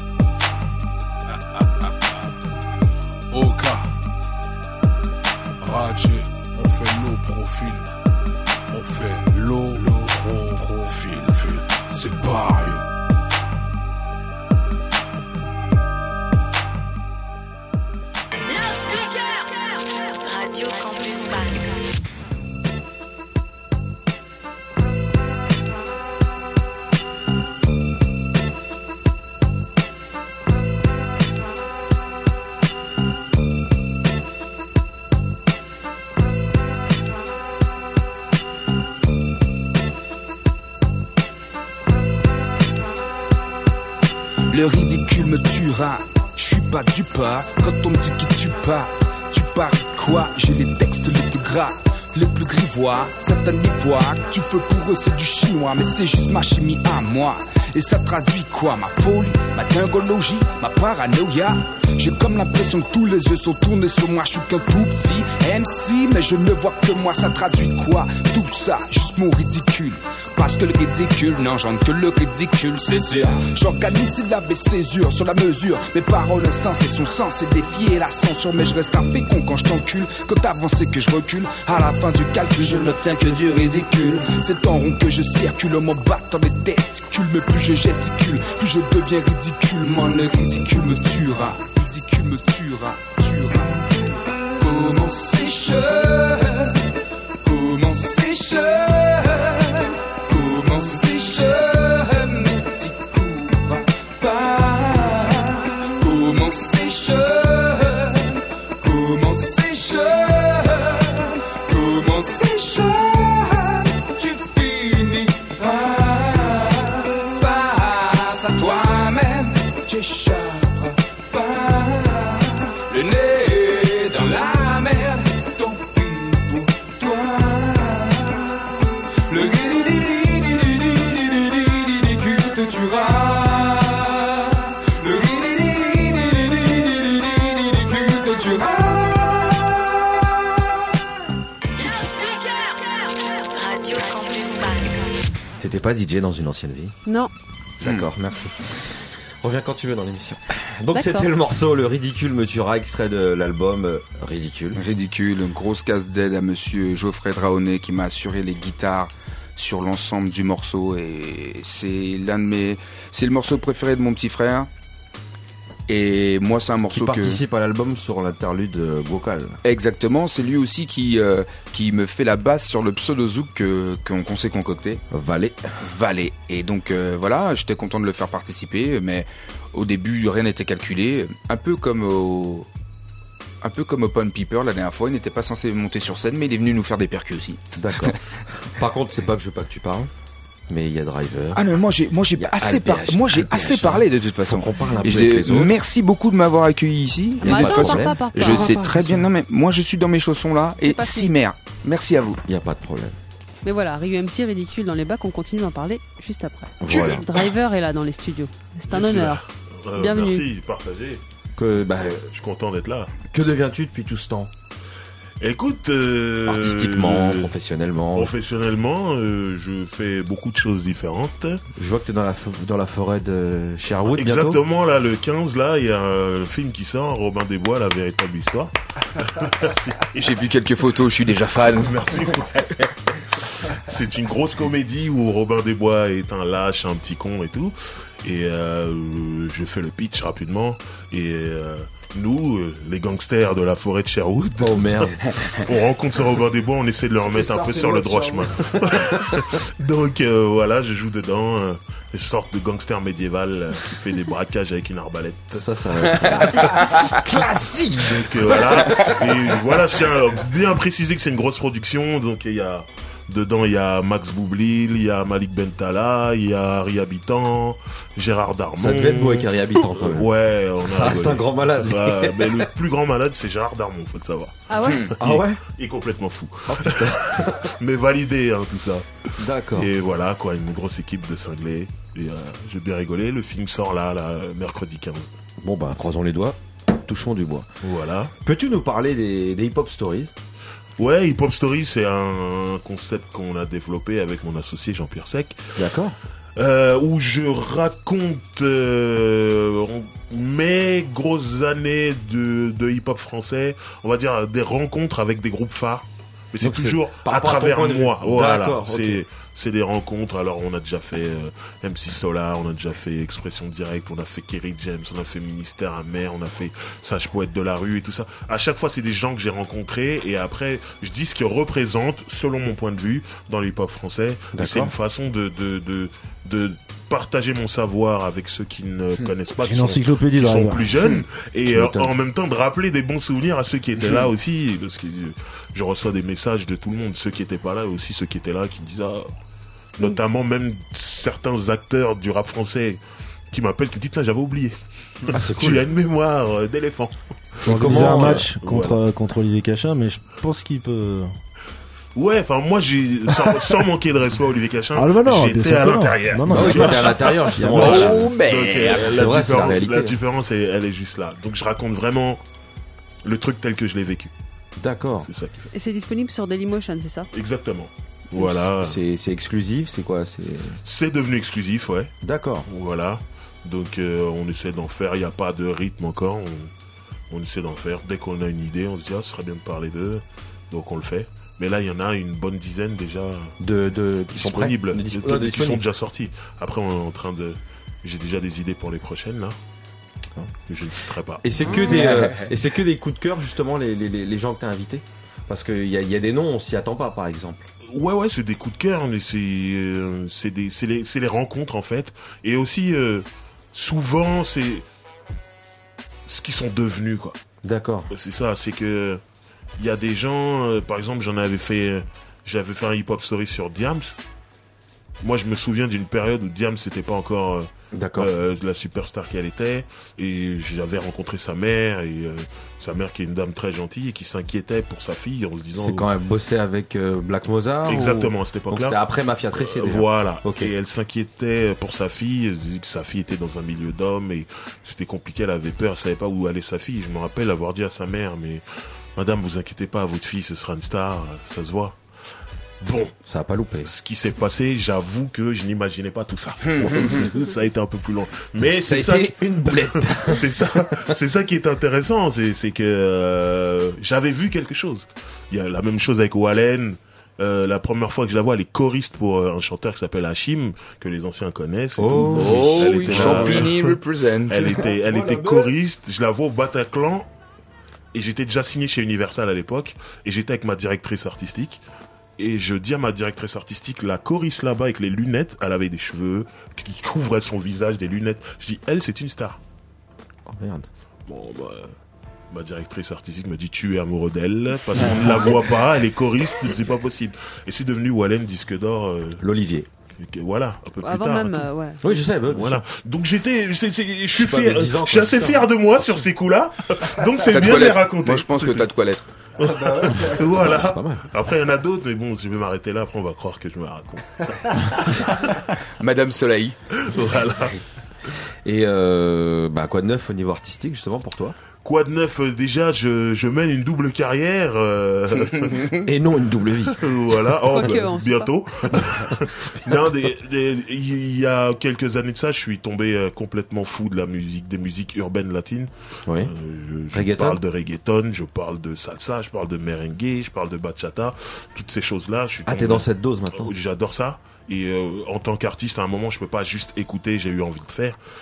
Oka, Rajé, on fait low profil. On fait low, low profil. C'est pareil. Radio Campus Paris. Le ridicule me tuera, je suis pas du pas. Quand on me dit qui tue pas, tu paries quoi? J'ai les textes les plus gras, les plus grivois. Certains y voient que tu fais pour eux c'est du chinois. Mais c'est juste ma chimie à moi. Et ça traduit quoi? Ma folie, ma dingologie, ma paranoïa. J'ai comme l'impression que tous les yeux sont tournés sur moi. Je suis qu'un tout petit M C, mais je ne vois que moi. Ça traduit quoi? Tout ça, juste mon ridicule. Parce que le ridicule n'engendre que le ridicule, c'est sûr. J'organise syllabes et césure sur la mesure. Mes paroles insensées sont censées défier la censure. Mais je reste un fécond quand je t'encule. Quand t'avances et que je recule, à la fin du calcul, je n'obtiens que du ridicule. C'est en rond que je circule, en m'embattant les testicules. Mais plus je gesticule, plus je deviens ridicule. Moi, le ridicule me tuera. Ridicule me tuera, tuera, tuera. Comment c'est jeune, comment c'est jeune, comment c'est jeune, mais t'y courras pas. Comment c'est jeune, comment c'est jeune, comment c'est jeune, tu finiras face à toi-même, tu échapperas. Le nez dans la merde, tant pis pour toi. Le ridicule te tuera. Le ridicule te tuera. Radio Campus Paris. T'étais pas D J dans une ancienne vie? Non. D'accord, merci. Reviens quand tu veux dans l'émission. Donc D'accord. c'était le morceau Le Ridicule me tuera, extrait de l'album euh, Ridicule. Ridicule, une grosse casse d'aide à monsieur Geoffrey Draonet qui m'a assuré les guitares sur l'ensemble du morceau et c'est l'un de mes, c'est le morceau préféré de mon petit frère. Et moi, c'est un morceau qui que... participe à l'album sur l'interlude vocal. Exactement, c'est lui aussi qui euh, qui me fait la basse sur le pseudo-zouk que, qu'on, qu'on s'est concocté. Valet. Valet. Et donc euh, voilà, j'étais content de le faire participer, mais au début, rien n'était calculé. Un peu comme au... Un peu comme Open Piper la dernière fois, il n'était pas censé monter sur scène, mais il est venu nous faire des percus aussi. D'accord. Par contre, c'est pas que je veux pas que tu parles. Mais il y a Driver. Ah non, moi j'ai, moi j'ai assez, par... moi j'ai assez parlé de toute façon. Faut qu'on parle un peu Et avec les autres. Merci beaucoup de m'avoir accueilli ici. Mais de toute attends, façon, parle pas, parle pas. je Parle sais pas, très bien. Non mais moi je suis dans mes chaussons là et pas si fini. mère. Merci à vous. Il y a pas de problème. Mais voilà, Ryu M C ridicule dans les bacs, on continue d'en parler juste après. Voilà. Driver est là dans les studios. C'est un Je suis honneur. là. Euh, Bienvenue. Merci, partagez. Que, bah, Je suis content d'être là. que deviens-tu depuis tout ce temps? Écoute, euh, Artistiquement, euh, professionnellement. professionnellement, euh, je fais beaucoup de choses différentes. Je vois que t'es dans la, fo- dans la forêt de Sherwood bientôt. Exactement, là, le quinze, là, il y a un film qui sort, Robin des Bois, la véritable histoire. Merci. J'ai vu quelques photos, je suis déjà fan. Merci. C'est une grosse comédie où Robin des Bois est un lâche, un petit con et tout. Et euh, je fais le pitch rapidement. Et euh, nous, euh, les gangsters de la forêt de Sherwood, oh merde, on rencontre ce Robin des Bois, on essaie de le remettre un peu sur le droit chemin. Donc euh, voilà, je joue dedans, euh, une sorte de gangster médiéval euh, qui fait des braquages avec une arbalète. Ça, ça. Classique. Donc euh, voilà, et voilà, je tiens à bien préciser que c'est une grosse production, donc il y a dedans il y a Max Boublil, il y a Malik Bentala, il y a Harry Habitant, Gérard Darmon. Ça devait être beau avec Harry Habitant quand même. Ouais, on ça a reste un grand malade. Ouais, mais le plus grand malade c'est Gérard Darmon, faut le savoir. Ah ouais. Ah ouais. Il est complètement fou. Oh, mais validé hein, tout ça. D'accord. Et voilà quoi, une grosse équipe de cinglés. Et euh, j'ai bien rigolé. Le film sort là, là, mercredi quinze. Bon bah croisons les doigts, touchons du bois. Voilà. Peux-tu nous parler des, des hip-hop stories? Ouais, Hip Hop Story, c'est un concept qu'on a développé avec mon associé Jean-Pierre Sec. D'accord. Euh, où je raconte euh, mes grosses années de, de hip-hop français, on va dire des rencontres avec des groupes phares. Mais c'est donc toujours c'est à travers moi. Voilà. D'accord, c'est, okay. c'est des rencontres. Alors, on a déjà fait euh, M C Solar, on a déjà fait Expression Directe, on a fait Kerry James, on a fait Ministère Amer, on a fait Sage Poète de la rue et tout ça. À chaque fois, c'est des gens que j'ai rencontrés et après, je dis ce qu'ils représentent, selon mon point de vue, dans le hip-hop français. Et c'est une façon de, de, de, de partager mon savoir avec ceux qui ne mmh. connaissent pas, c'est qui une sont, encyclopédie qui sont là, plus jeunes, et euh, en même temps de rappeler des bons souvenirs à ceux qui étaient mmh. là aussi, parce que je reçois des messages de tout le monde, ceux qui étaient pas là, et aussi ceux qui étaient là, qui me disent ah, mmh. notamment même certains acteurs du rap français qui m'appellent, qui me disent j'avais oublié. Ah, c'est cool. Tu as une mémoire euh, d'éléphant. On va organiser un match euh, contre voilà. contre Olivier Cachin, mais je pense qu'il peut. Ouais, enfin moi j'ai sans, sans manquer de respect à Olivier Cachin, ah, bah non, j'étais à l'intérieur. Non non, non j'étais à l'intérieur justement. Oh, mais donc, euh, la, vrai, différence, la, réalité, la différence est, elle est juste là. Donc je raconte vraiment le truc tel que je l'ai vécu. D'accord. C'est ça qui fait. Et c'est disponible sur Dailymotion, c'est ça? Exactement. Voilà. C'est, c'est exclusif, c'est quoi? C'est C'est devenu exclusif, ouais. D'accord. Voilà. Donc euh, on essaie d'en faire, il n'y a pas de rythme encore, on, on essaie d'en faire. Dès qu'on a une idée, on se dit ah, ce serait bien de parler d'eux, donc on le fait. Mais là, il y en a une bonne dizaine déjà de, de qui disponibles, sont de, de, disp- de, de, qui sont déjà sortis. Après, on est en train de, j'ai déjà des idées pour les prochaines là, que je ne citerai pas. Et c'est que des, euh, et c'est que des coups de cœur justement les les, les gens que t'as invités, parce qu'il y a il y a des noms on s'y attend pas par exemple. Ouais ouais, c'est des coups de cœur, mais c'est euh, c'est des c'est les c'est les rencontres en fait, et aussi euh, souvent c'est ce qu'ils sont devenus quoi. D'accord. C'est ça, c'est que il y a des gens, euh, par exemple, j'en avais fait, euh, j'avais fait un hip-hop story sur Diams. Moi, je me souviens d'une période où Diams n'était pas encore euh, D'accord. Euh, la superstar qu'elle était, et j'avais rencontré sa mère, et euh, sa mère qui est une dame très gentille et qui s'inquiétait pour sa fille en se disant. C'est quand elle bossait avec euh, Black Mozart. Exactement, ou... à cette époque-là. Donc c'était après Mafia Tressé. Euh, voilà. Okay. Et elle s'inquiétait pour sa fille. Elle se disait que sa fille était dans un milieu d'hommes et c'était compliqué. Elle avait peur, elle savait pas où allait sa fille. Je me rappelle avoir dit à sa mère, mais madame, vous inquiétez pas, votre fille, ce sera une star, ça se voit. Bon, ça a pas loupé. Ce qui s'est passé, j'avoue que je n'imaginais pas tout ça. Ça a été un peu plus long, mais ça c'est a ça été une boulette. c'est ça, c'est ça qui est intéressant, c'est, c'est que euh, j'avais vu quelque chose. Il y a la même chose avec Wallen. Euh, la première fois que je la vois, elle est choriste pour euh, un chanteur qui s'appelle Hachim, que les anciens connaissent. Et oh, tout. oh elle oui, était Champigny represent. Elle était, elle était choriste. Je la vois au Bataclan. Et j'étais déjà signé chez Universal à l'époque. Et j'étais avec ma directrice artistique. Et je dis à ma directrice artistique, la choriste là-bas avec les lunettes, elle avait des cheveux qui couvraient son visage, des lunettes. Je dis, elle, c'est une star. Oh merde. Bon, bah, ma directrice artistique me dit, tu es amoureux d'elle, parce qu'on ne la voit pas, elle est choriste, c'est pas possible. Et c'est devenu Wallen disque d'or. Euh, L'Olivier. Voilà, un peu plus Avant tard. même, euh, ouais. Oui, je sais. Bah, voilà. Donc j'étais, c'est, c'est, je suis je fier, ans, je suis assez fier de moi sur ces coups-là. Donc c'est bien de les raconter. Moi, je pense que t'as de quoi l'être. Voilà. C'est pas mal. Après, il y en a d'autres, mais bon, je vais m'arrêter là. Après, on va croire que je me la raconte. Madame Soleil. Voilà. Et euh, bah quoi de neuf au niveau artistique justement pour toi? Quoi de neuf, euh, déjà, je, je mène une double carrière. Euh... Et non une double vie. Voilà, oh, bah, que, bientôt. Non, des, des, il y a quelques années de ça, je suis tombé euh, complètement fou de la musique, des musiques urbaines latines. Oui. Euh, je je parle de reggaeton, je parle de salsa, je parle de merengue, je parle de bachata, toutes ces choses-là. Je suis ah, tombé... t'es dans cette dose maintenant. J'adore ça. Et euh, en tant qu'artiste, à un moment, je peux pas juste écouter, j'ai eu envie de faire.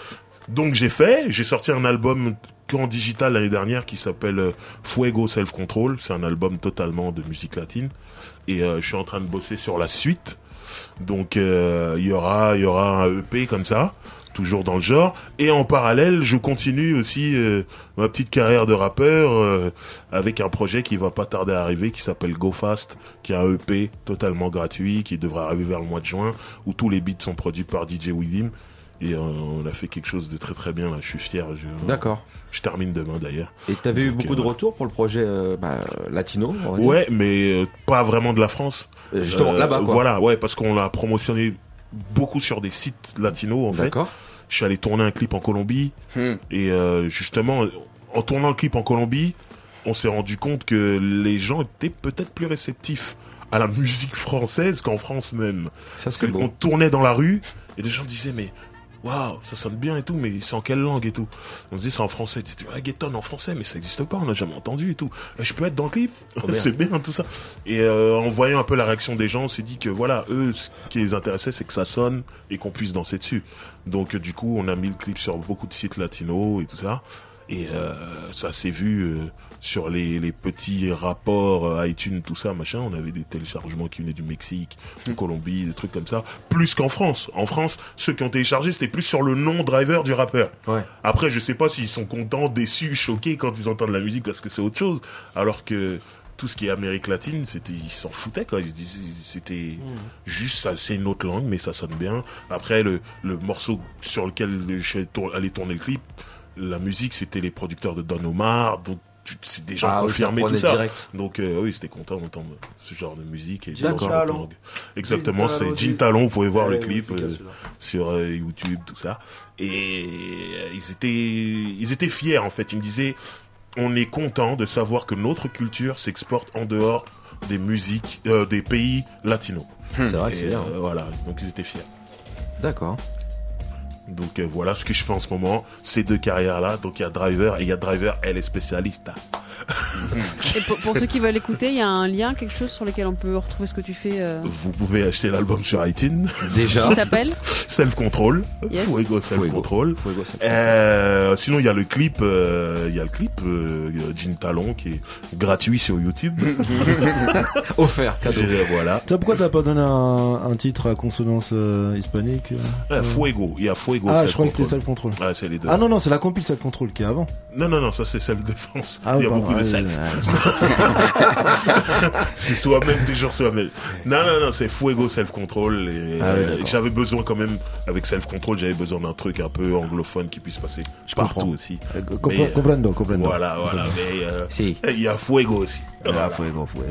Donc j'ai fait, j'ai sorti un album qu'en digital l'année dernière qui s'appelle euh, Fuego Self Control. C'est un album totalement de musique latine. Et euh, je suis en train de bosser sur la suite. Donc il euh, y aura, il y aura un E P comme ça, toujours dans le genre. Et en parallèle, je continue aussi euh, ma petite carrière de rappeur euh, avec un projet qui va pas tarder à arriver, qui s'appelle Go Fast, qui est un E P totalement gratuit, qui devrait arriver vers le mois de juin, où tous les beats sont produits par D J Widim. Et euh, on a fait quelque chose de très très bien là. Je suis fier. Je, D'accord. Je termine demain d'ailleurs. Et t'avais eu Donc, beaucoup euh, de retours pour le projet euh, bah, latino on va dire. Ouais, mais euh, pas vraiment de la France. Euh, justement, Euh, là-bas quoi. Voilà, ouais, parce qu'on l'a promotionné beaucoup sur des sites latinos en fait. D'accord. Je suis allé tourner un clip en Colombie. Hmm. Et euh, justement, en tournant le clip en Colombie, on s'est rendu compte que les gens étaient peut-être plus réceptifs à la musique française qu'en France même. Ça Parce c'est qu'on bon. tournait dans la rue et les gens disaient mais waouh, ça sonne bien et tout, mais c'est en quelle langue et tout. On se dit c'est en français. Tu dis reggaeton en français, mais ça n'existe pas, on n'a jamais entendu et tout. Et je peux être dans le clip, c'est bien tout ça. Et euh, en voyant un peu la réaction des gens, on s'est dit que voilà, eux, ce qui les intéressait, c'est que ça sonne et qu'on puisse danser dessus. Donc euh, du coup, on a mis le clip sur beaucoup de sites latinos et tout ça. Et euh, ça s'est vu euh, sur les, les petits rapports euh, iTunes, tout ça, machin. On avait des téléchargements qui venaient du Mexique, de Colombie, des trucs comme ça. Plus qu'en France. En France, ceux qui ont téléchargé, c'était plus sur le nom driver du rappeur. Ouais. Après, je sais pas s'ils sont contents, déçus, choqués quand ils entendent la musique parce que c'est autre chose. Alors que tout ce qui est Amérique latine, c'était, ils s'en foutaient quoi. Ils disaient, c'était juste ça, c'est une autre langue, mais ça sonne bien. Après, le, le morceau sur lequel je suis tour- allé tourner le clip, la musique, c'était les producteurs de Don Omar, donc tu- c'est des gens Ah oui, confirmés, ça tout prenait ça. direct. Donc euh, oui, c'était content d'entendre ce genre de musique et Gin dans une Talon. autre langue. Exactement, Gin Talon, c'est Gin Gin- Talon, vous pouvez voir Ouais, le clip efficace, euh, celui-là. sur euh, YouTube, tout ça. Et euh, ils étaient, ils étaient fiers en fait. Ils me disaient, on est content de savoir que notre culture s'exporte en dehors des musiques, euh, des pays latinos. C'est vrai que Et, c'est bien. euh, voilà, donc ils étaient fiers. D'accord. Donc euh, voilà ce que je fais en ce moment, ces deux carrières-là. Donc il y a Driver et il y a Driver, elle est spécialiste. Et pour, pour ceux qui veulent écouter, il y a un lien, quelque chose sur lequel on peut retrouver ce que tu fais. euh, Vous pouvez acheter l'album sur iTunes. Déjà. Qui s'appelle Self Control. Yes. Fuego Self Fuego. Control. Fuego Self Euh, sinon il y a le clip, euh, il y a le clip euh, Gin Talon qui est gratuit sur YouTube. Offert, cadeau. Et, voilà. Toi, pourquoi t'as pas donné un, un titre à consonance euh, hispanique Euh, Fuego, il y a Fuego. Ah, Self je crois que c'était Control. Self Control. Ah, c'est les deux. Ah non, non, c'est la compile Self Control qui est avant. Non, non, non, ça c'est Self Défense. Ah il oui, y a pardon, beaucoup de ah, self. oui, C'est soi-même, toujours soi-même. Non, non, non, c'est Fuego Self Control. Et, Ah oui, euh, d'accord. j'avais besoin quand même, avec Self Control, j'avais besoin d'un truc un peu anglophone qui puisse passer Je partout comprends. aussi. Euh, compre- Mais, euh, comprendo, comprendo. Voilà, voilà. Mais euh, Si. il y a Fuego aussi. Voilà. Fuego, Fuego.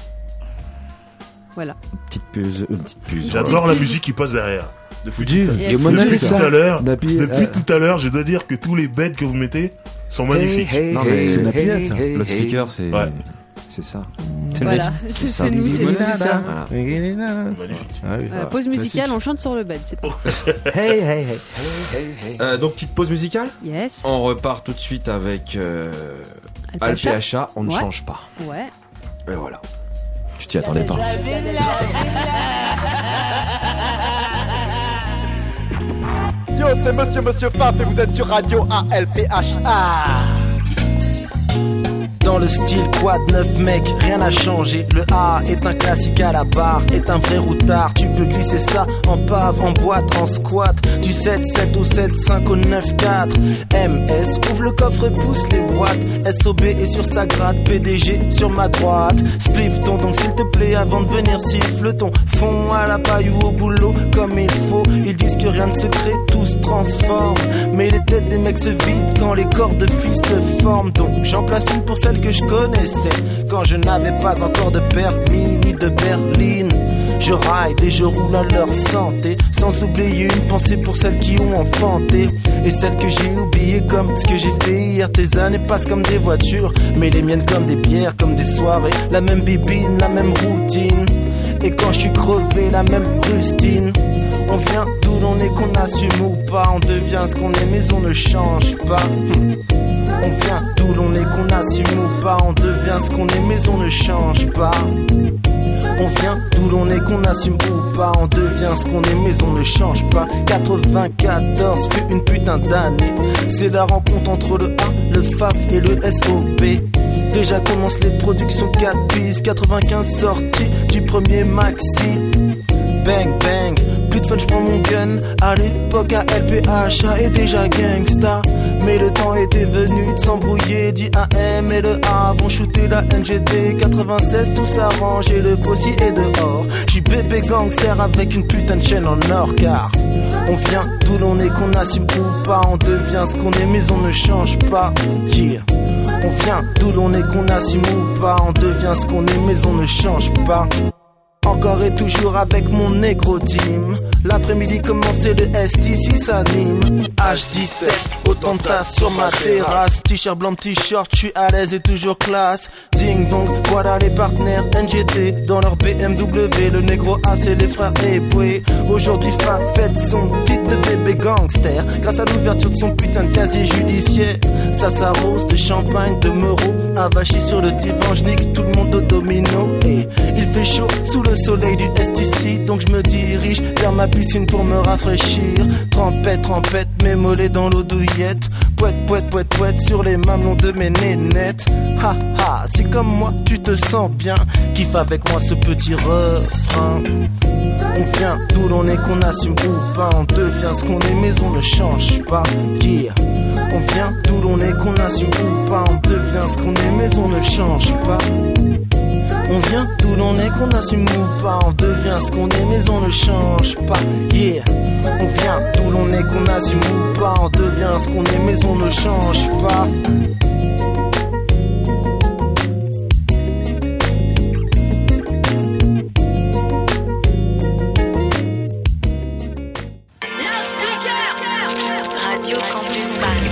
Voilà. Petite puce, une petite puce. J'adore Voilà. la musique qui passe derrière. Depuis Jeez, tout à- Yes. le Mona depuis Lisa. tout à l'heure, Napi, depuis euh, tout à l'heure, je dois dire que tous les beds que vous mettez sont magnifiques. Non, mais c'est la pièce. le speaker, c'est Ouais. c'est ça. Voilà, c'est c'est nous, c'est nous, c'est ça. Voilà. Magnifique. Ah oui. Voilà, pause musicale, on chante sur le bed, c'est parti. Hey, hey, hey. Euh, donc petite pause musicale. Yes. On repart tout de suite avec euh, Alpacha. Alpacha. On ne Ouais. change pas. Ouais. Et voilà. Tu t'y attendais pas. Yo, c'est Monsieur Monsieur Faf et vous êtes sur Radio A L P H A. Dans le style quad neuf mec, rien n'a changé. Le A est un classique à la barre, est un vrai routard. Tu peux glisser ça en pave, en boîte, en squat. Du sept sept au sept cinq au neuf quatre. M S, ouvre le coffre et pousse les boîtes. S O B est sur sa gratte, P D G sur ma droite. Spliff ton donc s'il te plaît avant de venir siffle ton fond à la paille ou au goulot comme il faut. Ils disent que rien ne se crée, tout se transforme. Mais les têtes des mecs se vident quand les corps de filles se forment. Donc j'en place une pour celle que je connaissais quand je n'avais pas encore de permis ni de berline. Je ride et je roule à leur santé, sans oublier une pensée pour celles qui ont enfanté et celles que j'ai oubliées comme ce que j'ai fait hier. Tes années passent comme des voitures, mais les miennes comme des bières, comme des soirées. La même bibine, la même routine. Et quand je suis crevé, la même rustine. On vient d'où l'on est, qu'on assume ou pas. On devient ce qu'on est, mais on ne change pas. On vient d'où l'on est, qu'on assume ou pas. On devient ce qu'on est, mais on ne change pas. On On vient d'où l'on est, qu'on assume ou pas, on devient ce qu'on est mais on ne change pas. Quatre-vingt-quatorze fut une putain d'année. C'est la rencontre entre le A, le F A F et le S O B. Déjà commencent les productions quatre bis. Quatre-vingt-quinze sorties du premier maxi. Bang bang, plus de fun, j'prends mon gun. À l'époque à L P H A est déjà gangsta. Mais le temps était venu de s'embrouiller. Dit A M et le A vont shooter la N G T. Quatre-vingt-seize tout s'arrange et le possi est dehors. J'suis bébé gangster avec une putain de chaîne en or. Car on vient d'où l'on est, qu'on assume ou pas, on devient ce qu'on est mais on ne change pas. Yeah. On vient d'où l'on est, qu'on assume ou pas, on devient ce qu'on est mais on ne change pas. Encore et toujours avec mon négro team. L'après-midi commençait, le S T C s'anime. H dix-sept, autant de tasses sur ma terrasse. T-shirt blanc, t-shirt, j'suis à l'aise et toujours classe. Ding dong, voilà les partenaires N G T dans leur B M W. Le négro A c'est les frères Eboué. Aujourd'hui Fa fête son titre de bébé gangster grâce à l'ouverture de son putain de casier judiciaire. Ça s'arrose de champagne, de Meuro. Avachi sur le divan, j'nique tout le monde au domino. Et il fait chaud sous le soleil du S T C, donc je me dirige vers ma piscine pour me rafraîchir. Trempette, trempette, mes mollets dans l'eau douillette. Pouette, pouette, pouette, pouette sur les mamelons de mes nénettes. Ha ha, c'est comme moi, tu te sens bien. Kiffe avec moi ce petit refrain. On vient d'où l'on est, qu'on assume ou pas, on devient ce qu'on est mais on ne change pas. Yeah. On vient d'où l'on est, qu'on assume ou pas, on devient ce qu'on est mais on ne change pas. On vient d'où l'on est, qu'on assume ou pas, on devient ce qu'on est mais on ne change pas. Yeah. On vient d'où l'on est, qu'on assume ou pas, on devient ce qu'on est mais on ne change pas. Radio Campus Paris.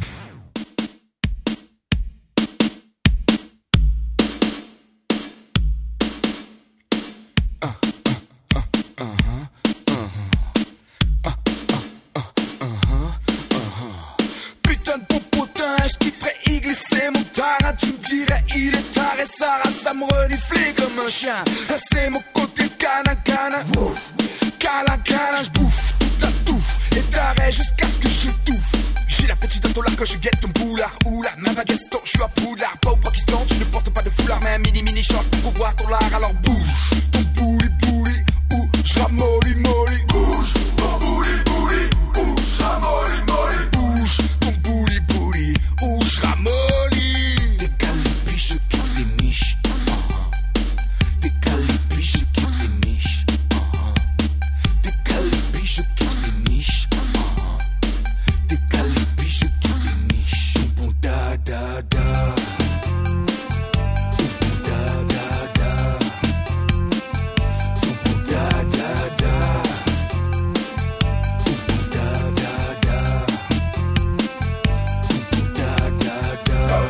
Est-ce qu'il ferait y glisser mon tarin? Tu me dirais il est taré, sa race ça me reniflait comme un chien. C'est mon côté canin canin. Câlin câlin, j'bouffe toute la touffe et t'arrêt jusqu'à ce que j'étouffe. J'ai la petite dent au lard quand je guette ton boulard. Oula, même à Gaston, je suis à Poudlard. Pas au Pakistan, tu ne portes pas de foulard. Mais un mini mini short pour voir ton lard. Alors bouge ton bouli bouli ou j'ramolli molli. Bouge ton bouli bouli ou j'ramolli molli. Bouge ton bouli bouli ou j'ramolli. Décale les biches, je kiffe les miches. Décale les biches, je kiffe les miches. Décale les biches, je kiffe les niches. Décale les biches, je kiffe les niches. Bon da da da. Da da da. Bon da da da. Da da da. Da da da.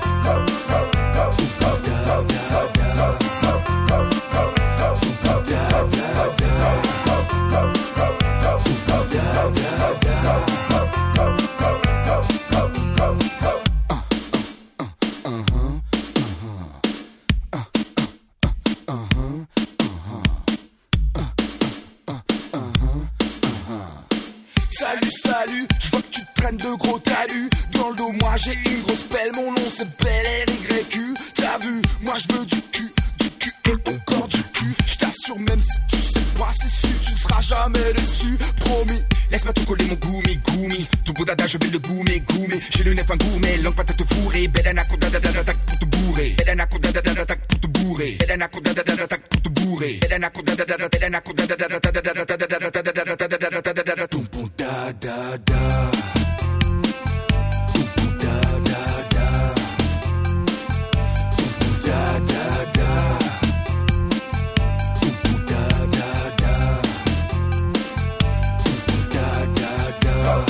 Salut, salut, je vois que tu te traînes de gros talus. Dans le dos, moi j'ai une grosse pelle, mon nom c'est Bel R Y Q. T'as vu, moi je veux du cul, du cul et encore du cul. Je t'assure, même si tu sais pas, c'est sûr, tu ne seras jamais déçu. Promis, laisse-moi te coller mon goumi, goumi. Ton beau dada, je vais le goumer, goumer. J'ai le nez un gourmet, langue patate fourrée. Belle anaconda, dada, dada, pour te bourrer. Belle anaconda, dada, dada, pour te bourrer. Belle anaconda, dada, dada, pour te bourrer. Belle anaconda, dada, dada, belle anaconda, dada, dada, dada, dada, dada, dada, dada, dada, dada, dada, ton bon da da da. Da da da. Da da da. Da da da. Da da da.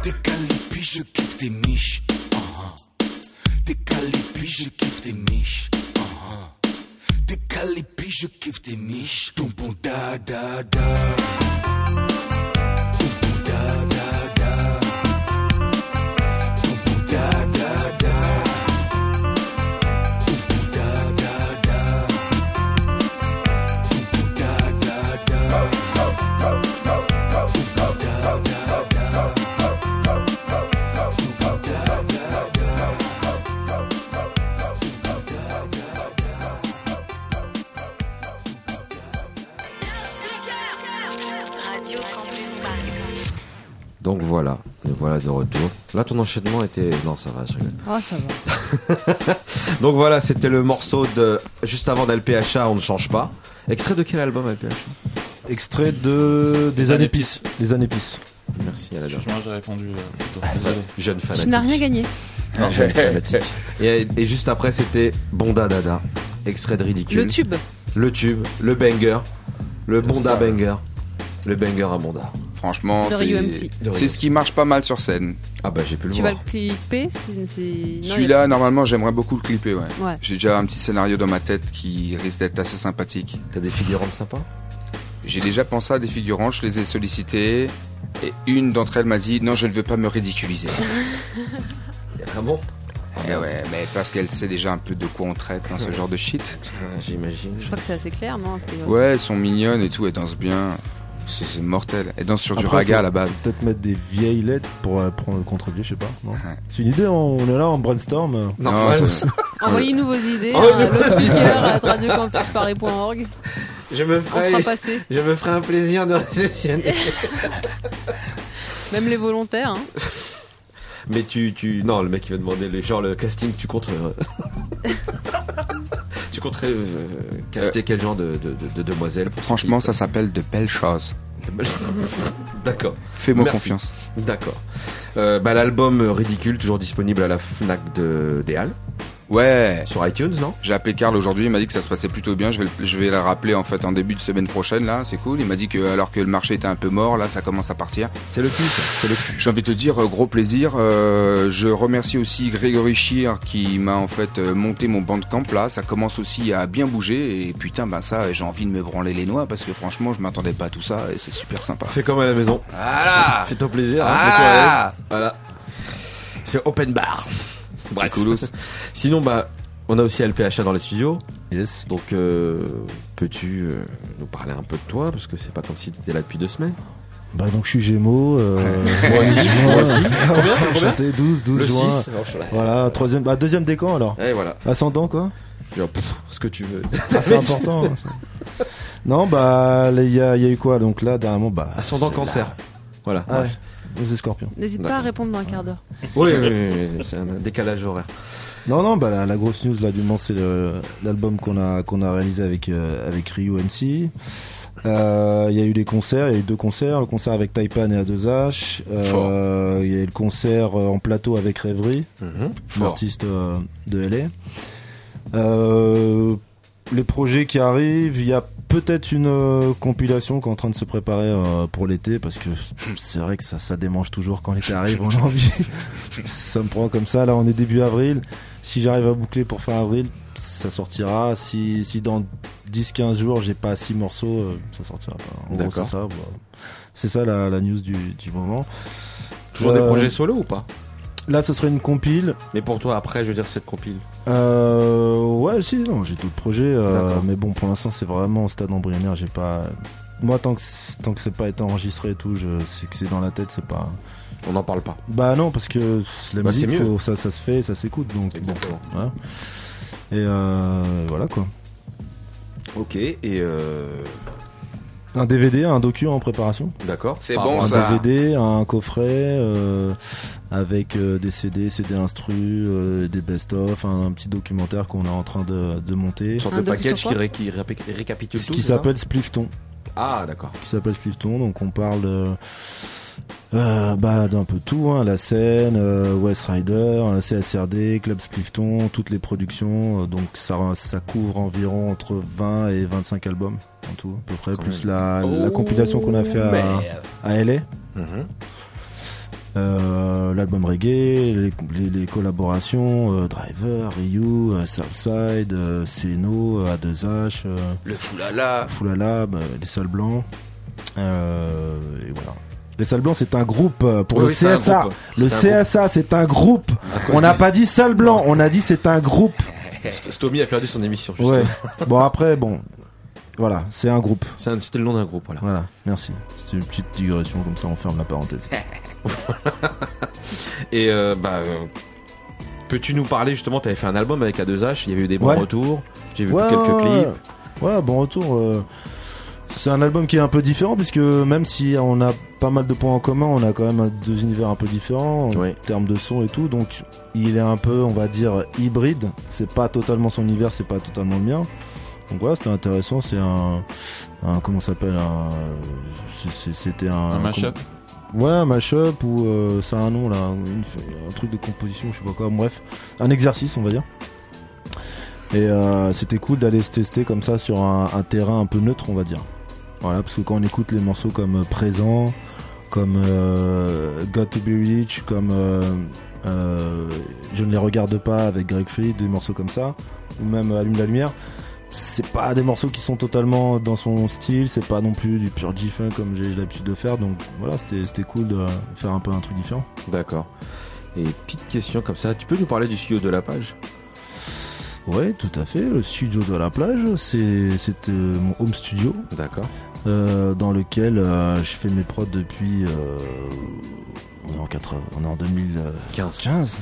T'es calipi, je kiffe tes miches. Uh-huh. T'es calipi, je kiffe tes miches. Uh-huh. T'es calipi, je kiffe tes miches. Ton bon da da da. Ton bon da da da. Ton bon da da da. Donc voilà, et voilà de retour. Là ton enchaînement était... Non ça va, je rigole. Oh ça va. Donc voilà, c'était le morceau de... Juste avant d'L P H A, On ne change pas. Extrait de quel album L P H A? Extrait de... Des années Pisse. Les années Pisse. Merci à la Excuse-moi, j'ai répondu. Euh, Désolé. Jeune fanatique. Tu n'as rien gagné. Non, jeune fanatique. Et, et juste après c'était Bonda Dada. Extrait de Ridicule. Le tube. Le tube, le banger. Le Bonda banger. Le banger à Bonda. Franchement, De c'est, Ryu M C. c'est ce qui marche pas mal sur scène. Ah bah j'ai pu le Tu voir. vas le clipper si, si... Non, Celui-là, y a... normalement, j'aimerais beaucoup le clipper, ouais. Ouais. J'ai déjà un petit scénario dans ma tête qui risque d'être assez sympathique. T'as des figurantes sympas? J'ai déjà pensé à des figurantes, je les ai sollicitées. Et une d'entre elles m'a dit, non, je ne veux pas me ridiculiser. Ah bon? Eh ouais, mais parce qu'elle sait déjà un peu de quoi on traite dans ce genre de shit. Ouais, j'imagine. Je crois que c'est assez clair, non a priori. Ouais, elles sont mignonnes et tout, elles dansent bien. C'est, c'est mortel. Elles dansent sur Après, du raga faut à la base. Peut-être mettre des vieilles lettres pour euh, prendre le contre-pied, je sais pas. Non. C'est une idée, on est là en brainstorm. Non, Non, c'est- c'est- Envoyez-nous vos idées Oh, à mais- le speaker à radio campus paris point org. Je me On ferai... fera passer. Je me ferai un plaisir de réceptionner. Même les volontaires. Hein. Mais tu, tu... Non, le mec il va demander les... genre le casting, tu comptes... euh, tu compterais euh, caster Euh, quel genre de, de, de, de demoiselle pour ce Franchement, clip ça s'appelle de belles choses. D'accord. Fais-moi Merci. confiance. D'accord. Euh, bah, l'album Ridicule, toujours disponible à la Fnac de des Halles. Ouais. Sur iTunes, non? J'ai appelé Karl aujourd'hui, il m'a dit que ça se passait plutôt bien. Je vais, le- je vais la rappeler en fait en début de semaine prochaine là, c'est cool. Il m'a dit que alors que le marché était un peu mort, là ça commence à partir. C'est le cul, ça. C'est le cul. J'ai envie de te dire, euh, gros plaisir. Euh, je remercie aussi Grégory Chir qui m'a en fait euh, monté mon bandcamp là. Ça commence aussi à bien bouger et putain ben ça, j'ai envie de me branler les noix parce que franchement je m'attendais pas à tout ça et c'est super sympa. Fais comme à la maison. Voilà. Fais-toi plaisir. hein, Ah. mets-toi à l'aise. Voilà. C'est open bar. C'est coolos. Sinon, bah, on a aussi L P H A dans les studios. Yes. Donc, euh, peux-tu euh, nous parler un peu de toi? Parce que c'est pas comme si tu étais là depuis deux semaines. Bah donc je suis Gémeaux. Euh, Moi aussi, juin. moi aussi. Combien, combien J'étais douze, douze Le juin. six. Alors, je suis là. Voilà, troisième, bah deuxième décan alors. Et voilà. Ascendant quoi. Genre, pff, ce que tu veux. Ah, c'est important. hein, ça. Non bah il y a, il y a eu quoi donc là dernièrement bah. Ascendant c'est cancer. la- Voilà. Ah ouais. Bref. Les scorpions. N'hésite pas D'accord. à répondre dans un quart d'heure. Oui, oui, oui, oui, c'est un décalage horaire. Non non bah la, la grosse news là du moment c'est le, l'album qu'on a qu'on a réalisé avec euh, avec Ryu M C. Euh, Il y a eu des concerts, il y a eu deux concerts, le concert avec Taipan et A deux H. Euh, Il y a eu le concert euh, en plateau avec Rêverie, Mhm. l'artiste euh, de L A. Euh, les projets qui arrivent, il y a peut-être une euh, compilation qui est en train de se préparer euh, pour l'été parce que c'est vrai que ça, ça démange toujours quand l'été arrive, on a envie. Ça me prend comme ça, là on est début avril. Si j'arrive à boucler pour fin avril, ça sortira. Si, si dans dix quinze jours j'ai pas six morceaux, euh, ça sortira pas. En gros, D'accord. c'est ça, bah, c'est ça la, la news du, du moment. Toujours des Euh, projets solo ou pas? Là ce serait une compile. Mais pour toi, après, je veux dire, cette compile. Euh, ouais, si, non, j'ai d'autres projets, euh, D'accord. mais bon, pour l'instant, c'est vraiment au stade embryonnaire. J'ai pas, moi, tant que c'est- tant que c'est pas été enregistré et tout, je sais que c'est dans la tête, c'est pas. On n'en parle pas. Bah non, parce que la Bah, musique, c'est mieux. faut- ça, ça se fait, ça s'écoute, donc. Exactement. Bon, voilà. Et euh, voilà quoi. Ok, et euh... Un D V D, un docu en préparation. D'accord. C'est Par bon, rapport à- ça. Un D V D, un coffret euh, avec euh, des C D, C D instru, euh, des best-of, un, un petit documentaire qu'on est en train de, de monter. Une sorte Un de docu package sur qui, quoi ré- qui ré- récapitule Ce tout. qui c'est ça s'appelle Splifton. Ah, d'accord. Qui s'appelle Splifton, donc on parle de, euh, bah, d'un peu tout, hein, la scène, euh, West Rider, C S R D, Club Splifton, toutes les productions, euh, donc ça, ça couvre environ entre vingt et vingt-cinq albums en tout, à peu près, Quand plus même. la, la Oh, compilation qu'on a fait à, merde. à L A. Mhm. Euh, l'album reggae, les, les, les collaborations, euh, Driver, Ryu, euh, Southside, euh, Seno, A deux H, euh, le Foulala, Foulala, bah, les Salles Blancs, euh, et voilà. Les Salles Blancs, c'est un groupe euh, pour oui, le oui, C S A. Le C S A, c'est un groupe. On n'a pas dit Salles Blancs, on a dit c'est un groupe. Stomy a perdu son émission. Justement. Ouais. Bon après, bon. Voilà, c'est un groupe. C'est un, c'était le nom d'un groupe, voilà. Voilà, merci. C'est une petite digression, comme ça on ferme la parenthèse. Et euh, bah, euh, peux-tu nous parler justement, t'avais fait un album avec A deux H, il y avait eu des bons ouais. retours, j'ai vu ouais, quelques ouais, clips. Ouais, bon retour. Euh, c'est un album qui est un peu différent, puisque même si on a pas mal de points en commun, on a quand même deux univers un peu différents en ouais. termes de son et tout, donc il est un peu, on va dire, hybride. C'est pas totalement son univers, c'est pas totalement le mien. Donc voilà, c'était intéressant, c'est un, un comment ça s'appelle un, c'est, c'était un, un mashup. Com- ouais, un mashup ou euh, ça a un nom là, une, un truc de composition, je sais pas quoi. Bref, un exercice, on va dire. Et euh, c'était cool d'aller se tester comme ça sur un, un terrain un peu neutre, on va dire. Voilà, parce que quand on écoute les morceaux comme Présent, comme euh, Got to Be Rich, comme euh, euh, Je ne les regarde pas avec Greg Free, des morceaux comme ça, ou même Allume la lumière. C'est pas des morceaux qui sont totalement dans son style, c'est pas non plus du pur G-Funk comme j'ai l'habitude de faire, donc voilà, c'était, c'était cool de faire un peu un truc différent. D'accord. Et petite question comme ça, tu peux nous parler du studio de la page ? Ouais, tout à fait, le studio de la plage, c'est, c'est euh, mon home studio. D'accord. Euh, dans lequel euh, je fais mes prods depuis... Euh, on, est en quatre, on est en deux mille quinze.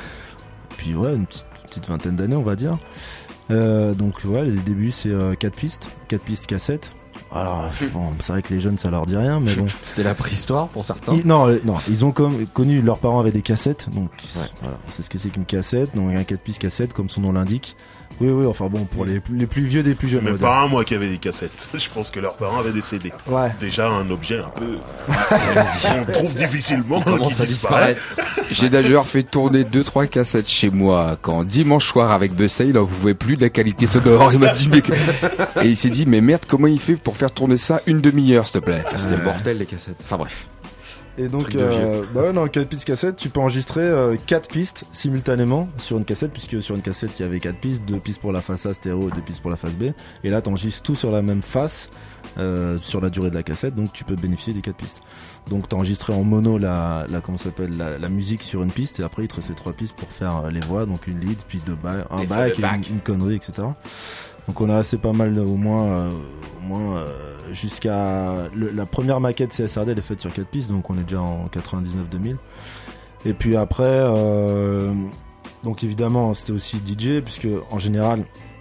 Puis ouais, une petite, petite vingtaine d'années on va dire. Euh, donc ouais, les débuts c'est euh, quatre pistes, quatre pistes cassettes. Alors bon, c'est vrai que les jeunes ça leur dit rien, mais bon. C'était la préhistoire pour certains. Ils, non, non, ils ont comme connu, leurs parents avaient des cassettes, donc ouais. voilà, c'est ce que c'est qu'une cassette, donc un quatre pistes cassette comme son nom l'indique. Oui, oui, enfin bon, pour les, les plus vieux des plus jeunes. Mes parents, moi, qui avaient des cassettes. Je pense que leurs parents avaient des C D. Ouais. Déjà, un objet un peu. On trouve difficilement. Commence à disparaître. J'ai d'ailleurs fait tourner deux trois cassettes chez moi quand dimanche soir avec Bussay, il en pouvait plus de la qualité sonore. Il m'a dit, mais. Et il s'est dit, mais merde, comment il fait pour faire tourner ça une demi-heure, s'il te plaît? C'était euh... mortel, les cassettes. Enfin bref. Et donc, euh, bah ouais, dans le quatre pistes cassette, tu peux enregistrer euh, quatre pistes simultanément sur une cassette, puisque sur une cassette, il y avait quatre pistes, deux pistes pour la face A stéréo et deux pistes pour la face B. Et là, tu enregistres tout sur la même face, euh, sur la durée de la cassette, donc tu peux bénéficier des quatre pistes. Donc, tu enregistré en mono la, la, comment ça s'appelle, la, la musique sur une piste, et après, il te restait trois pistes pour faire les voix, donc une lead, puis deux ba- un back, et une, une connerie, et cetera. Donc on a assez pas mal, au moins, euh, au moins euh, jusqu'à le, la première maquette C S R D, elle est faite sur quatre pistes, donc on est déjà en quatre-vingt-dix-neuf deux mille. Et puis après, euh, donc évidemment c'était aussi D J, puisque en général,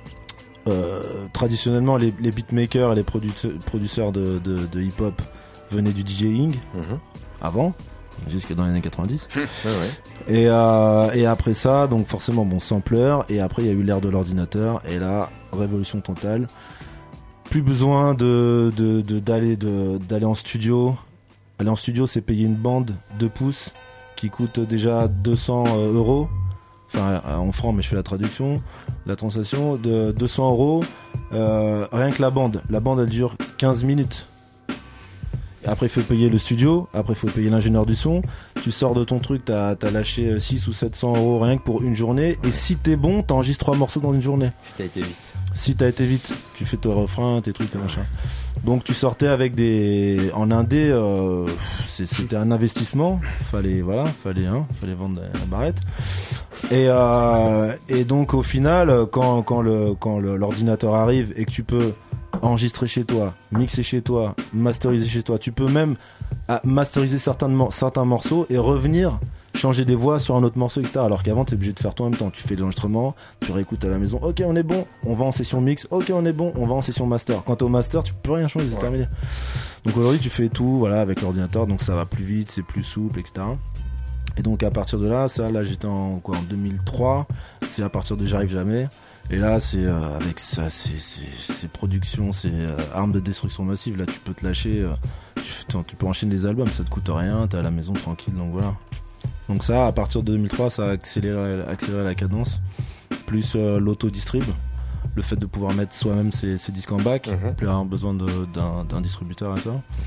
euh, traditionnellement les, les beatmakers et les producteurs, producteurs de, de, de hip-hop venaient du DJing mm-hmm. avant. Jusque dans les années quatre-vingt-dix. ouais, ouais. Et, euh, et après ça, donc forcément, bon, sampler. Et après, il y a eu l'ère de l'ordinateur. Et là, révolution totale. Plus besoin de, de, de, d'aller, de, d'aller en studio. Aller en studio, c'est payer une bande deux pouces qui coûte déjà deux cents euros. Enfin, en francs, mais je fais la traduction. La translation de deux cents euros. Euh, rien que la bande. La bande, elle dure quinze minutes. Après, il faut payer le studio. Après, il faut payer l'ingénieur du son. Tu sors de ton truc, t'as, t'as lâché six ou sept cents euros rien que pour une journée. Et si t'es bon, t'enregistres trois morceaux dans une journée. Si t'as été vite. Si t'as été vite. Tu fais tes refrains, tes trucs, tes machins. Donc, tu sortais avec des. En indé, euh, c'était un investissement. Fallait, voilà, fallait, hein, fallait vendre la barrette. Et, euh, et donc, au final, quand, quand, le, quand le, l'ordinateur arrive et que tu peux enregistrer chez toi, mixer chez toi, masteriser chez toi. Tu peux même à masteriser certains, certains morceaux et revenir changer des voix sur un autre morceau, et cetera. Alors qu'avant, tu es obligé de faire tout en même temps. Tu fais de l'enregistrement, tu réécoutes à la maison. Ok, on est bon, on va en session mix. Ok, on est bon, on va en session master. Quant au master, tu peux rien changer, c'est ouais. terminé. Donc aujourd'hui, tu fais tout voilà, avec l'ordinateur, donc ça va plus vite, c'est plus souple, et cetera. Et donc à partir de là, ça, là j'étais en, quoi, en deux mille trois, c'est à partir de J'arrive jamais. Et là, c'est euh, avec ça, c'est, c'est, c'est production, c'est euh, armes de destruction massive. Là, tu peux te lâcher, euh, tu, tu peux enchaîner les albums, ça te coûte rien, t'es à la maison tranquille, donc voilà. Donc ça, à partir de deux mille trois, ça a accéléré, accéléré la cadence, plus euh, l'auto-distrib, le fait de pouvoir mettre soi-même ses, ses disques en back, mm-hmm. plus avoir besoin de, d'un, d'un distributeur et ça.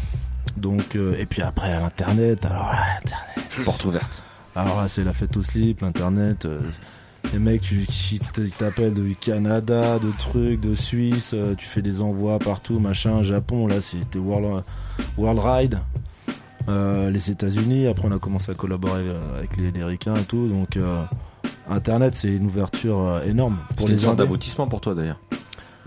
Donc, euh, et puis après, à l'internet, alors là, internet. Porte ouverte. Alors là, c'est la fête au slip, l'internet. Euh, les mecs, tu, qui t'appellent du Canada, de trucs, de Suisse, euh, tu fais des envois partout, machin. Japon, là, c'était World, World Ride. Euh, les États-Unis, après, on a commencé à collaborer avec les, les ricains et tout. Donc, euh, internet, c'est une ouverture euh, énorme. Pour les une sorte d'aboutissement pour toi, d'ailleurs. Internet ?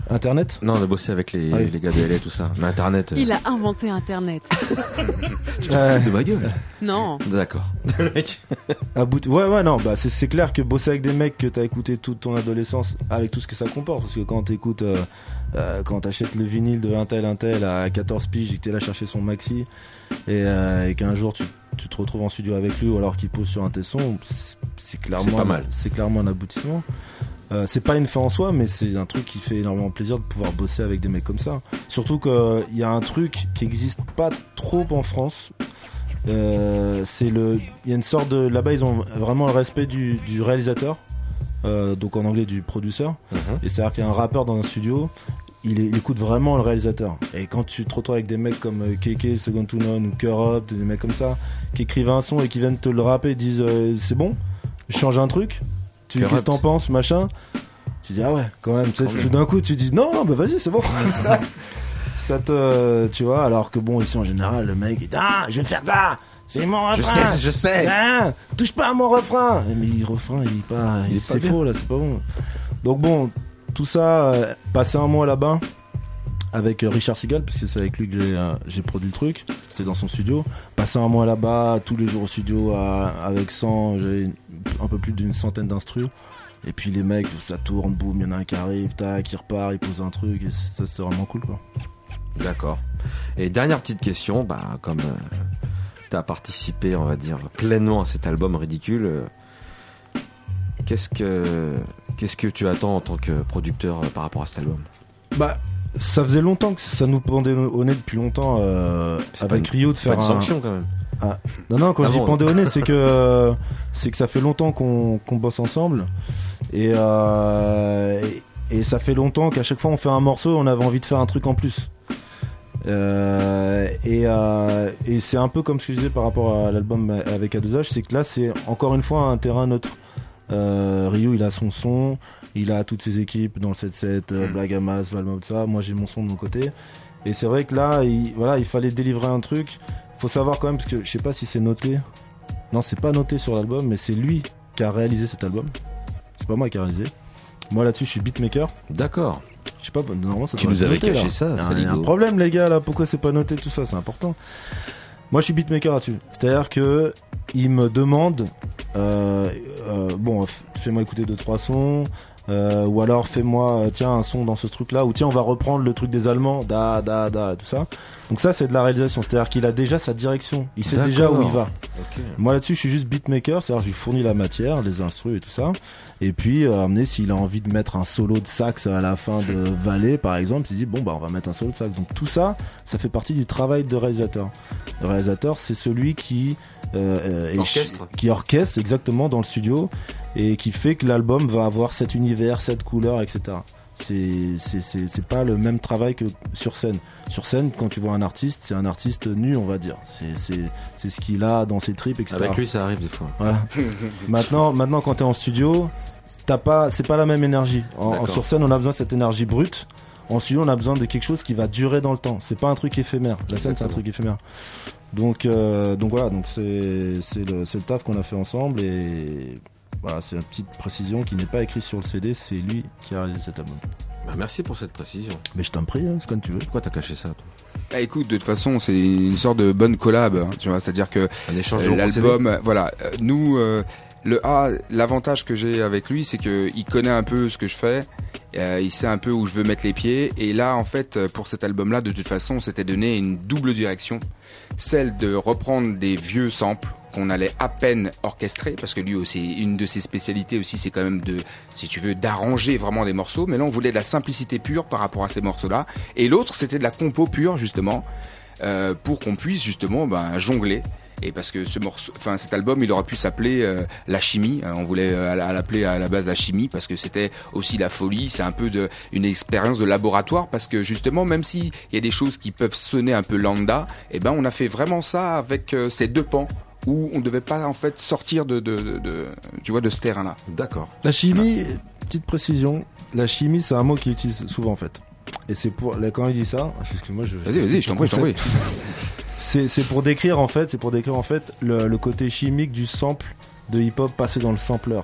Non, on a bossé avec les, oui. les gars de L A, tout ça. Mais Internet. Euh... Il a inventé Internet. Tu te fous de ma gueule ? Non. D'accord. About... Ouais, ouais, non, bah c'est, c'est clair que bosser avec des mecs que t'as écouté toute ton adolescence, avec tout ce que ça comporte, parce que quand t'écoutes, euh, euh, quand t'achètes le vinyle de un tel, un tel à quatorze piges et que t'es là chercher son maxi, et, euh, et qu'un jour tu, tu te retrouves en studio avec lui ou alors qu'il pose sur un tesson, c'est, c'est clairement, c'est pas mal. C'est clairement un aboutissement. Euh, c'est pas une fin en soi, mais c'est un truc qui fait énormément plaisir de pouvoir bosser avec des mecs comme ça. Surtout qu'il y a un truc qui existe pas trop en France. Euh, c'est le, il y a une sorte de, là-bas ils ont vraiment le respect du, du réalisateur, euh, donc en anglais du producteur. Mm-hmm. Et c'est-à-dire qu'il y a un rappeur dans un studio, il, il écoute vraiment le réalisateur. Et quand tu te retrouves avec des mecs comme K K, Second to None ou Corrupt, des mecs comme ça, qui écrivent un son et qui viennent te le rapper et disent euh, c'est bon, je change un truc. Tu dis, qu'est-ce que t'en penses, machin. Tu dis ah ouais, quand même. Quand tout d'un coup, tu dis non, non, bah vas-y, c'est bon. Ça te, tu vois. Alors que bon, ici en général, le mec, il dit ah, je vais faire ça. C'est mon refrain. Je sais, je sais. Ah, touche pas à mon refrain. Mais le refrain, il est pas, il il, est c'est pas faux là, c'est pas bon. Donc bon, tout ça, euh, passer un mois là-bas avec Richard Segal, puisque c'est avec lui que j'ai, euh, j'ai produit le truc. C'est dans son studio. Passer un mois là-bas, tous les jours au studio, à, avec cent, j'ai un peu plus d'une centaine d'instrus. Et puis les mecs, ça tourne, boum, il y en a un qui arrive, tac, il repart, il pose un truc, et ça, c'est vraiment cool, quoi. D'accord. Et dernière petite question, bah, comme euh, t'as participé, on va dire, pleinement à cet album ridicule, euh, qu'est-ce que, qu'est-ce que tu attends en tant que producteur euh, par rapport à cet album ? Bah, ça faisait longtemps que ça nous pendait au nez depuis longtemps euh, avec une, Rio de faire pas une un... sanction quand même. Ah. Non non quand ah je dis bon, pendait au nez c'est que euh, c'est que ça fait longtemps qu'on, qu'on bosse ensemble et, euh, et et ça fait longtemps qu'à chaque fois on fait un morceau on avait envie de faire un truc en plus euh, et euh, et c'est un peu comme ce que je disais par rapport à l'album avec A deux H, c'est que là c'est encore une fois un terrain neutre. euh, Rio il a son son, il a toutes ses équipes dans le sept sept, euh, Blagamas, Valma, tout ça. Moi j'ai mon son de mon côté et c'est vrai que là il, voilà, il fallait délivrer un truc. Faut savoir quand même, parce que je sais pas si c'est noté. Non, c'est pas noté sur l'album, mais c'est lui qui a réalisé cet album. C'est pas moi qui a réalisé. Moi là-dessus, je suis beatmaker. D'accord. Je sais pas, normalement ça tu nous avais noté, caché là. ça. Il y a un problème, les gars, là. Pourquoi c'est pas noté tout ça ? C'est important. Moi, je suis beatmaker là-dessus. C'est-à-dire que il me demande, euh, euh, bon, fais-moi écouter deux trois sons. Euh, ou alors fais-moi tiens un son dans ce truc là ou tiens on va reprendre le truc des Allemands da da da tout ça. Donc ça c'est de la réalisation, c'est-à-dire qu'il a déjà sa direction, il sait D'accord. déjà où il va. Okay. Moi là-dessus je suis juste beatmaker, c'est-à-dire je lui fournis la matière, les instrus et tout ça, et puis euh, amener s'il a envie de mettre un solo de sax à la fin de Vallée par exemple, il dit bon bah on va mettre un solo de sax. Donc tout ça ça fait partie du travail de réalisateur. Le réalisateur c'est celui qui euh, orchestre. Est, qui orchestre exactement dans le studio et qui fait que l'album va avoir cet univers, cette couleur, et cetera. C'est, c'est, c'est, c'est pas le même travail que sur scène. Sur scène, quand tu vois un artiste, c'est un artiste nu, on va dire. C'est, c'est, c'est ce qu'il a dans ses tripes, et cetera. Avec lui, ça arrive des fois. Voilà. maintenant, maintenant, quand t'es en studio, t'as pas, c'est pas la même énergie. En, en, sur scène, on a besoin de cette énergie brute. En studio, on a besoin de quelque chose qui va durer dans le temps. C'est pas un truc éphémère. La scène, Exactement. C'est un truc éphémère. Donc, euh, donc voilà. Donc c'est, c'est le, c'est le taf qu'on a fait ensemble et. Voilà, c'est une petite précision qui n'est pas écrite sur le C D, c'est lui qui a réalisé cet album. Bah merci pour cette précision. Mais je t'en prie, hein, c'est comme tu veux. Pourquoi t'as caché ça, toi ? Bah écoute, de toute façon, c'est une sorte de bonne collab, hein, tu vois, c'est-à-dire que un échange de euh, l'album, euh, voilà, euh, nous, euh, le A, l'avantage que j'ai avec lui, c'est que il connaît un peu ce que je fais, euh, il sait un peu où je veux mettre les pieds, et là, en fait, pour cet album-là, de toute façon, on s'était donné une double direction, celle de reprendre des vieux samples qu'on allait à peine orchestrer, parce que lui aussi, une de ses spécialités aussi, c'est quand même de, si tu veux, d'arranger vraiment des morceaux, mais là on voulait de la simplicité pure par rapport à ces morceaux-là, et l'autre c'était de la compo pure justement, euh, pour qu'on puisse justement ben, jongler Et parce que ce morceau, enfin cet album, il aurait pu s'appeler euh, La Chimie. Euh, on voulait euh, l'appeler à la base La Chimie parce que c'était aussi la folie. C'est un peu de une expérience de laboratoire parce que justement, même s'il y a des choses qui peuvent sonner un peu lambda, eh ben on a fait vraiment ça avec euh, ces deux pans où on devait pas en fait sortir de, de, de, de tu vois de ce terrain-là. D'accord. La chimie, petite précision, la chimie c'est un mot qu'il utilise souvent en fait. Et c'est pour là, quand il dit ça, excuse-moi, je vas-y, vas-y, je t'en prie, je t'en prie. C'est c'est pour décrire en fait, c'est pour décrire en fait le, le côté chimique du sample de hip-hop passé dans le sampler.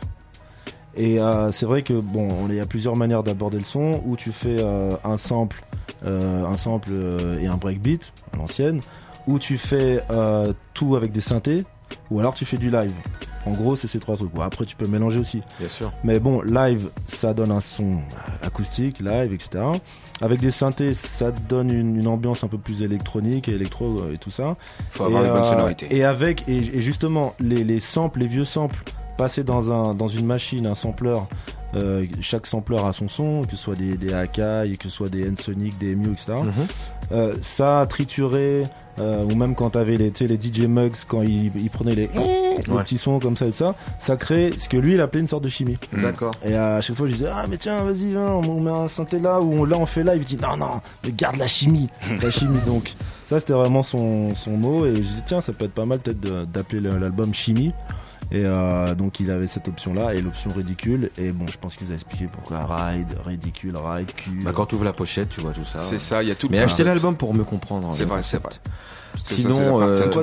Et euh, c'est vrai que bon, il y a plusieurs manières d'aborder le son où tu fais euh, un sample, euh, un sample euh, et un breakbeat à l'ancienne, où tu fais euh, tout avec des synthés, ou alors tu fais du live. En gros, c'est ces trois trucs. Bon, après, tu peux mélanger aussi. Bien sûr. Mais bon, live, ça donne un son acoustique, live, et cetera. Avec des synthés, ça donne une, une ambiance un peu plus électronique et électro et tout ça. Faut avoir une bonne sonorité. Et avec, et, et justement, les, les samples, les vieux samples, passés dans un, dans une machine, un sampler. Euh, chaque sampler a son son, que ce soit des, des Akai, que ce soit des N-Sonic, des M U, et cetera. Mm-hmm. Euh, ça, trituré, euh, ou même quand t'avais les, les D J Muggs, quand ils, ils prenaient les, ouais. les petits sons comme ça et tout ça, ça crée ce que lui il appelait une sorte de chimie. Mmh. D'accord. Et à chaque fois je disais, ah mais tiens, vas-y, viens, on met un synthé là, ou là on fait live. Il dit, non, non, mais garde la chimie. La chimie, donc. Ça, c'était vraiment son, son mot, et je disais, tiens, ça peut être pas mal peut-être de, d'appeler l'album Chimie. Et euh, donc il avait cette option là et l'option ridicule, et bon je pense qu'il vous a expliqué pourquoi ride, ridicule, ride, cul. Bah quand tu ouvres la pochette tu vois tout ça. C'est ça, il y a tout. Mais achetez l'album pour mieux comprendre. C'est vrai, c'est vrai. Sinon,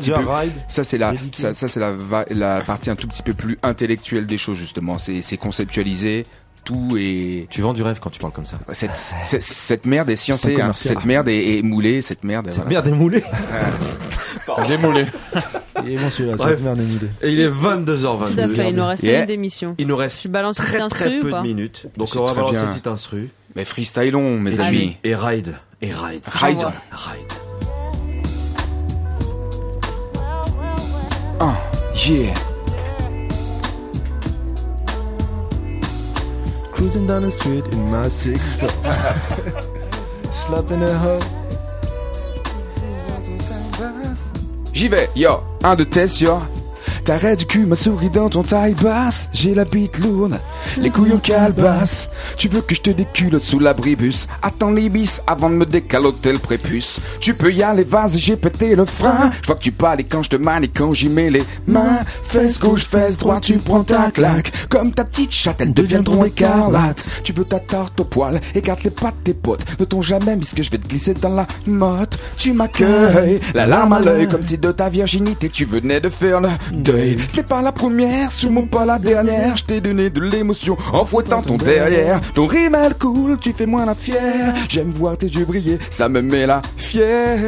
ça c'est la, ça, ça c'est la, la partie un tout petit peu plus intellectuelle des choses justement. C'est, c'est conceptualisé. Tout et tu vends du rêve quand tu parles comme ça. Cette, cette, cette merde est sciencée, hein. Cette merde est, est moulée, cette merde. Cette voilà. merde est moulée. Démoulée. Il est bon celui-là, cette merde est moulée. Et il est vingt-deux heures vingt-deux. Tout à fait, il nous reste yeah. une d'émission. Il nous reste tu balances très une très peu ou pas de minutes. Donc c'est on va balancer bien. une petite instru. Mais freestylons mes et amis. Et ride. Et ride. Ride. Ride. Ah, yeah. Cruising down the street in my six foot. Slapping a hoe. J'y vais, yo. Un de test, yo. T'arrêtes du cul, ma souris dans ton taille basse. J'ai la bite lourde, les couilles en calebasse. Tu veux que je te déculotte sous l'abribus. Attends les bis avant de me décaloter le prépuce. Tu peux y aller, vas-y, j'ai pété le frein. Je vois que tu parles et quand je te manie et quand j'y mets les mains. Fesse gauche, fesse droite, tu prends ta claque. Comme ta petite chatte, elles deviendront écarlates. Tu veux ta tarte au poil, écarte les pattes tes potes. Ne t'ont jamais mis que je vais te glisser dans la motte. Tu m'accueilles, la larme à l'œil, comme si de ta virginité tu venais de faire le deuil. Ce n'est pas la première, sûrement pas la dernière. Je t'ai donné de l'émotion en fouettant ton derrière. Ton rime elle coule, tu fais moins la fière. J'aime voir tes yeux briller, ça me met la fière.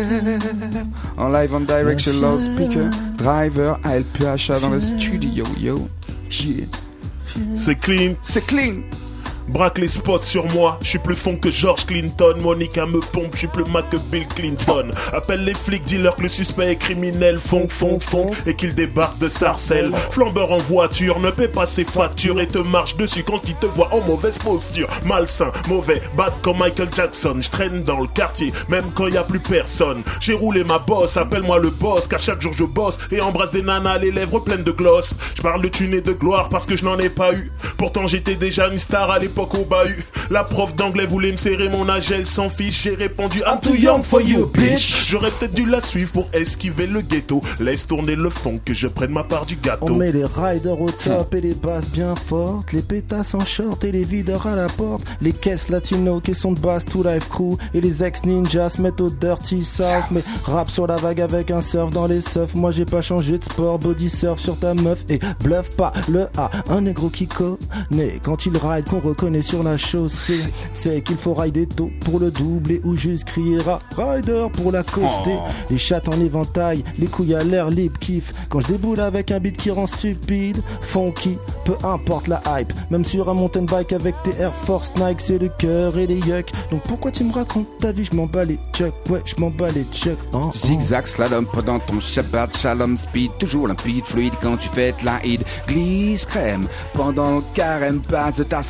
En live on direction loudspeaker, driver A L P H A dans le studio, yo. Yeah. C'est clean, c'est clean. Braque les spots sur moi, je suis plus fond que George Clinton. Monica me pompe, je suis plus mat que Bill Clinton. Appelle les flics, dis-leur que le suspect est criminel. Fonk, fonk, fonk, et qu'il débarque de Sarcelles. Flambeur en voiture, ne paie pas ses factures et te marche dessus quand il te voit en mauvaise posture. Malsain, mauvais, bad comme Michael Jackson. Je traîne dans le quartier, même quand y a plus personne. J'ai roulé ma bosse, appelle-moi le boss, qu'à chaque jour je bosse et embrasse des nanas les lèvres pleines de gloss. Je parle de thunes et de gloire parce que je n'en ai pas eu. Pourtant j'étais déjà une star à l'époque au bahut. La prof d'anglais voulait me serrer mon âge, elle s'en fiche. J'ai répondu I'm too young for you bitch. J'aurais peut-être dû la suivre pour esquiver le ghetto. Laisse tourner le fond que je prenne ma part du gâteau. On met les riders au top et les basses bien fortes, les pétasses en short et les videurs à la porte, les caisses latino qui sont de basse to life crew et les ex ninjas se mettent au dirty south. Mais rap sur la vague avec un surf dans les surfs. Moi j'ai pas changé de sport, body surf sur ta meuf et bluff pas le A. Un négro qui connaît quand il ride qu'on reconnaît sur la chaussée, c'est qu'il faut rider tôt pour le doubler ou juste crier à rider pour l'accoster. Oh. Les chattes en éventail, les couilles à l'air libre kiff quand je déboule avec un beat qui rend stupide, funky, peu importe la hype. Même sur un mountain bike avec tes Air Force Nike, c'est le cœur et les yucks. Donc pourquoi tu me racontes ta vie? Je m'en bats les chucks, ouais, je m'en bats les chucks. Oh, oh. Zigzag slalom pendant ton Shabbat Shalom speed, toujours limpide, fluide quand tu fais de la hide. Glisse crème pendant le carême, passe de tasse en tasse,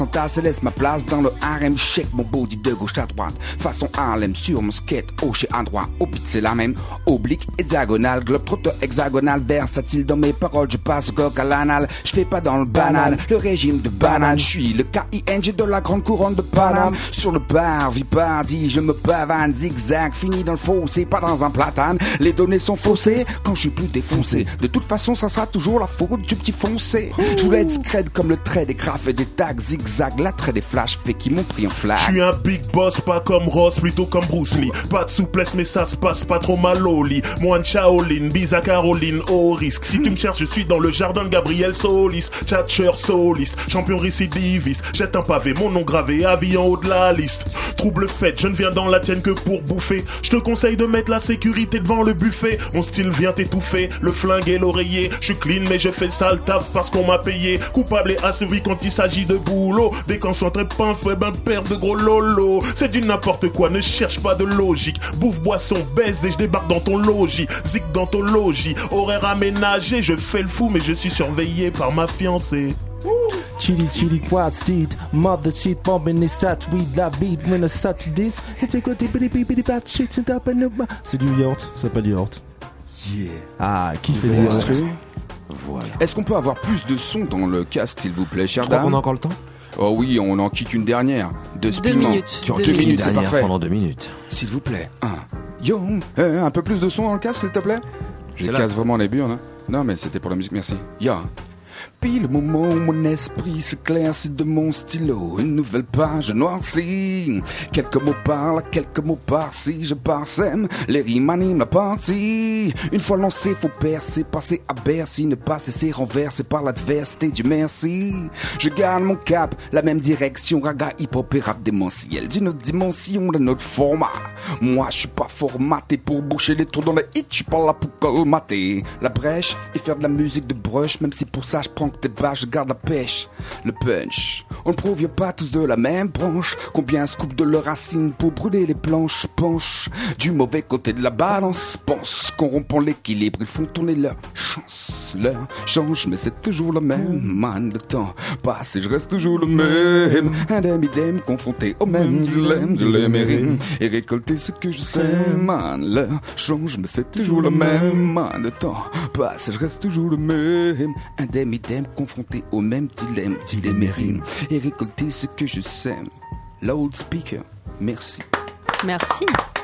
laisse ma place dans le harem. Shake mon body de gauche à droite, façon Harlem sur mon skate. Hoché à droite, au beat c'est la même. Oblique et diagonale, globe trotteur hexagonal, versatile dans mes paroles. Je passe coq à l'anal, je fais pas dans le banal. Le régime de banane, je suis le K I N G de la grande couronne de Paname. Sur le parvis pardi, je me pavane, zigzag, fini dans le fossé, pas dans un platane. Les données sont faussées quand je suis plus défoncé. De toute façon, ça sera toujours la faute du petit foncé. Je voulais être scred comme le trait des graphes et des tags, zigzag, l'attrait des flashs fait qu'ils m'ont pris en flash. Je suis un big boss, pas comme Ross, plutôt comme Bruce Lee. Pas de souplesse, mais ça se passe pas trop mal au lit. Moine Shaolin, bise à Caroline, au risque. Si tu me cherches, je suis dans le jardin de Gabriel Solis. Tchatcheur soliste, champion récidiviste. Jette un pavé, mon nom gravé, avis en haut de la liste. Trouble fait, je ne viens dans la tienne que pour bouffer. Je te conseille de mettre la sécurité devant le buffet. Mon style vient t'étouffer, le flingue et l'oreiller. Je suis clean mais je fais le sale taf parce qu'on m'a payé. Coupable et asservi quand il s'agit de boulot. Déconcentré, pas un fouet, ben père de gros lolo. C'est du n'importe quoi, ne cherche pas de logique. Bouffe, boisson, baise et je débarque dans ton logis. Zig dans ton logis, horaire aménagé. Je fais le fou mais je suis surveillé par ma fiancée. Chitty chitty quad steed, mother shit bombing is such we la beat when I such this. It's a good bitty bitty bad shit and up and up. C'est du yacht, ça s'appelle du yacht. Yeah. Ah, qui fait du yacht? Voilà. Est-ce qu'on peut avoir plus de son dans le casque, s'il vous plaît, cher Je crois dame? qu'on a encore le temps. Oh oui, on en kick une dernière. Deux Deux minutes. Tu en Deux kicks une minutes, c'est dernière parfait. pendant deux minutes. S'il vous plaît. Un. Yo, euh, un peu plus de son dans le casque, s'il te plaît. Je C'est là. casse vraiment les burnes. Hein. Non, mais c'était pour la musique, merci. Yo. Puis le moment où mon esprit s'éclaircit de mon stylo, une nouvelle page noircie. Quelques mots par là, quelques mots par-ci, je parsème, les rimes animent la partie. Une fois lancé, faut percer, passer à Bercy, ne pas cesser renversé par l'adversité, Dieu merci. Je garde mon cap, la même direction, raga, hip-hop et rap démentiel, d'une autre dimension, d'un autre format. Moi, je suis pas formaté pour boucher les trous dans les hits, je suis pas là pour colmater la brèche et faire de la musique de brush, même si pour ça je prends que tes bas, je garde la pêche, le punch. On ne provient pas tous de la même branche. Combien se coupent de leurs racines pour brûler les planches, penchent du mauvais côté de la balance, pense corrompant l'équilibre, ils font tourner leur chance. L'heure change, mais c'est toujours le même. Man, le temps passe et je reste toujours le même. Indem idem, confronté au même dilemme, dilemme et rime, et récolter ce que je sème. Man, l'heure change, mais c'est toujours le même. Man, le temps passe et je reste toujours le même. Indem idem, confronté au même dilemme, dilemme et rime, et récolter ce que je sème. Loud speaker, merci. Merci.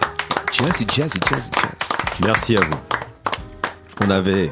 Jazzy, jazzy, jazzy, jazz. Merci à vous. On avait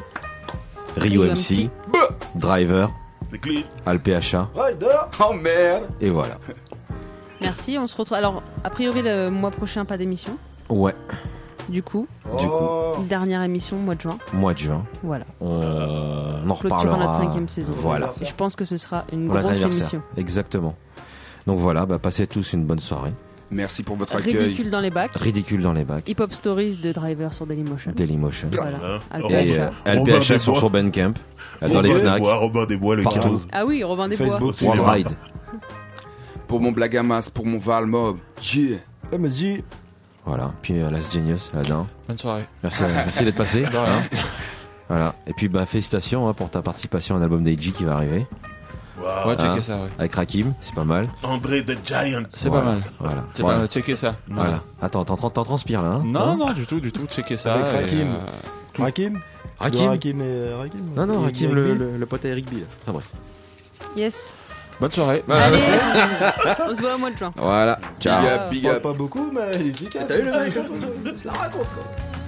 Rio M C, Driver, Alp H A. Oh merde. Et voilà. Merci, on se retrouve. Alors, a priori, le mois prochain, pas d'émission. Ouais. Du coup, Du coup, une dernière émission, mois de juin. mois de juin. Voilà. On, on en Clôturant reparlera. notre cinquième saison. Voilà. Et je pense que ce sera une Pour grosse l'anniversaire. émission. Exactement. Donc voilà, bah, passez tous une bonne soirée. Merci pour votre accueil. Ridicule dans les bacs. Ridicule dans les bacs. Hip Hop Stories de Driver sur Dailymotion. Dailymotion. Voilà. Alp Et H A. euh, Alp H A sur son Bandcamp. Dans les Robin Fnac. Desbois, Robin Desbois le Partout. quinze. Ah oui, Robin Desbois. Facebook, World Ride. Pour mon Blagamas, pour mon Valmob. Yeah. Eh, mais dis. Voilà. Puis euh, Last Genius, là-dedans. Bonne soirée. Merci, merci d'être passé. Hein. Voilà. Et puis bah félicitations hein, pour ta participation à un album d'A G qui va arriver. Wow. Ouais, checker Hein, ça, ouais. Avec Rakim, c'est pas mal. André the Giant. C'est Voilà. pas mal. Voilà. C'est Voilà. pas mal. Checker ça. Voilà. Attends, t'en, t'en transpires là. Hein Non, Hein non, du tout, du tout. Checker ça. Avec et, Rakim. euh, Rakim Rakim. Rakim et Rakim. Non, non, Et Rakim, Eric le, B. le, le pote à Eric B. Là. Enfin bref. Yes. Bonne soirée. Allez, on se voit au mois de juin. Voilà. Ciao. Big up, big Pas, up. pas beaucoup, mais il est efficace. T'as vu le mec Il se la raconte quoi.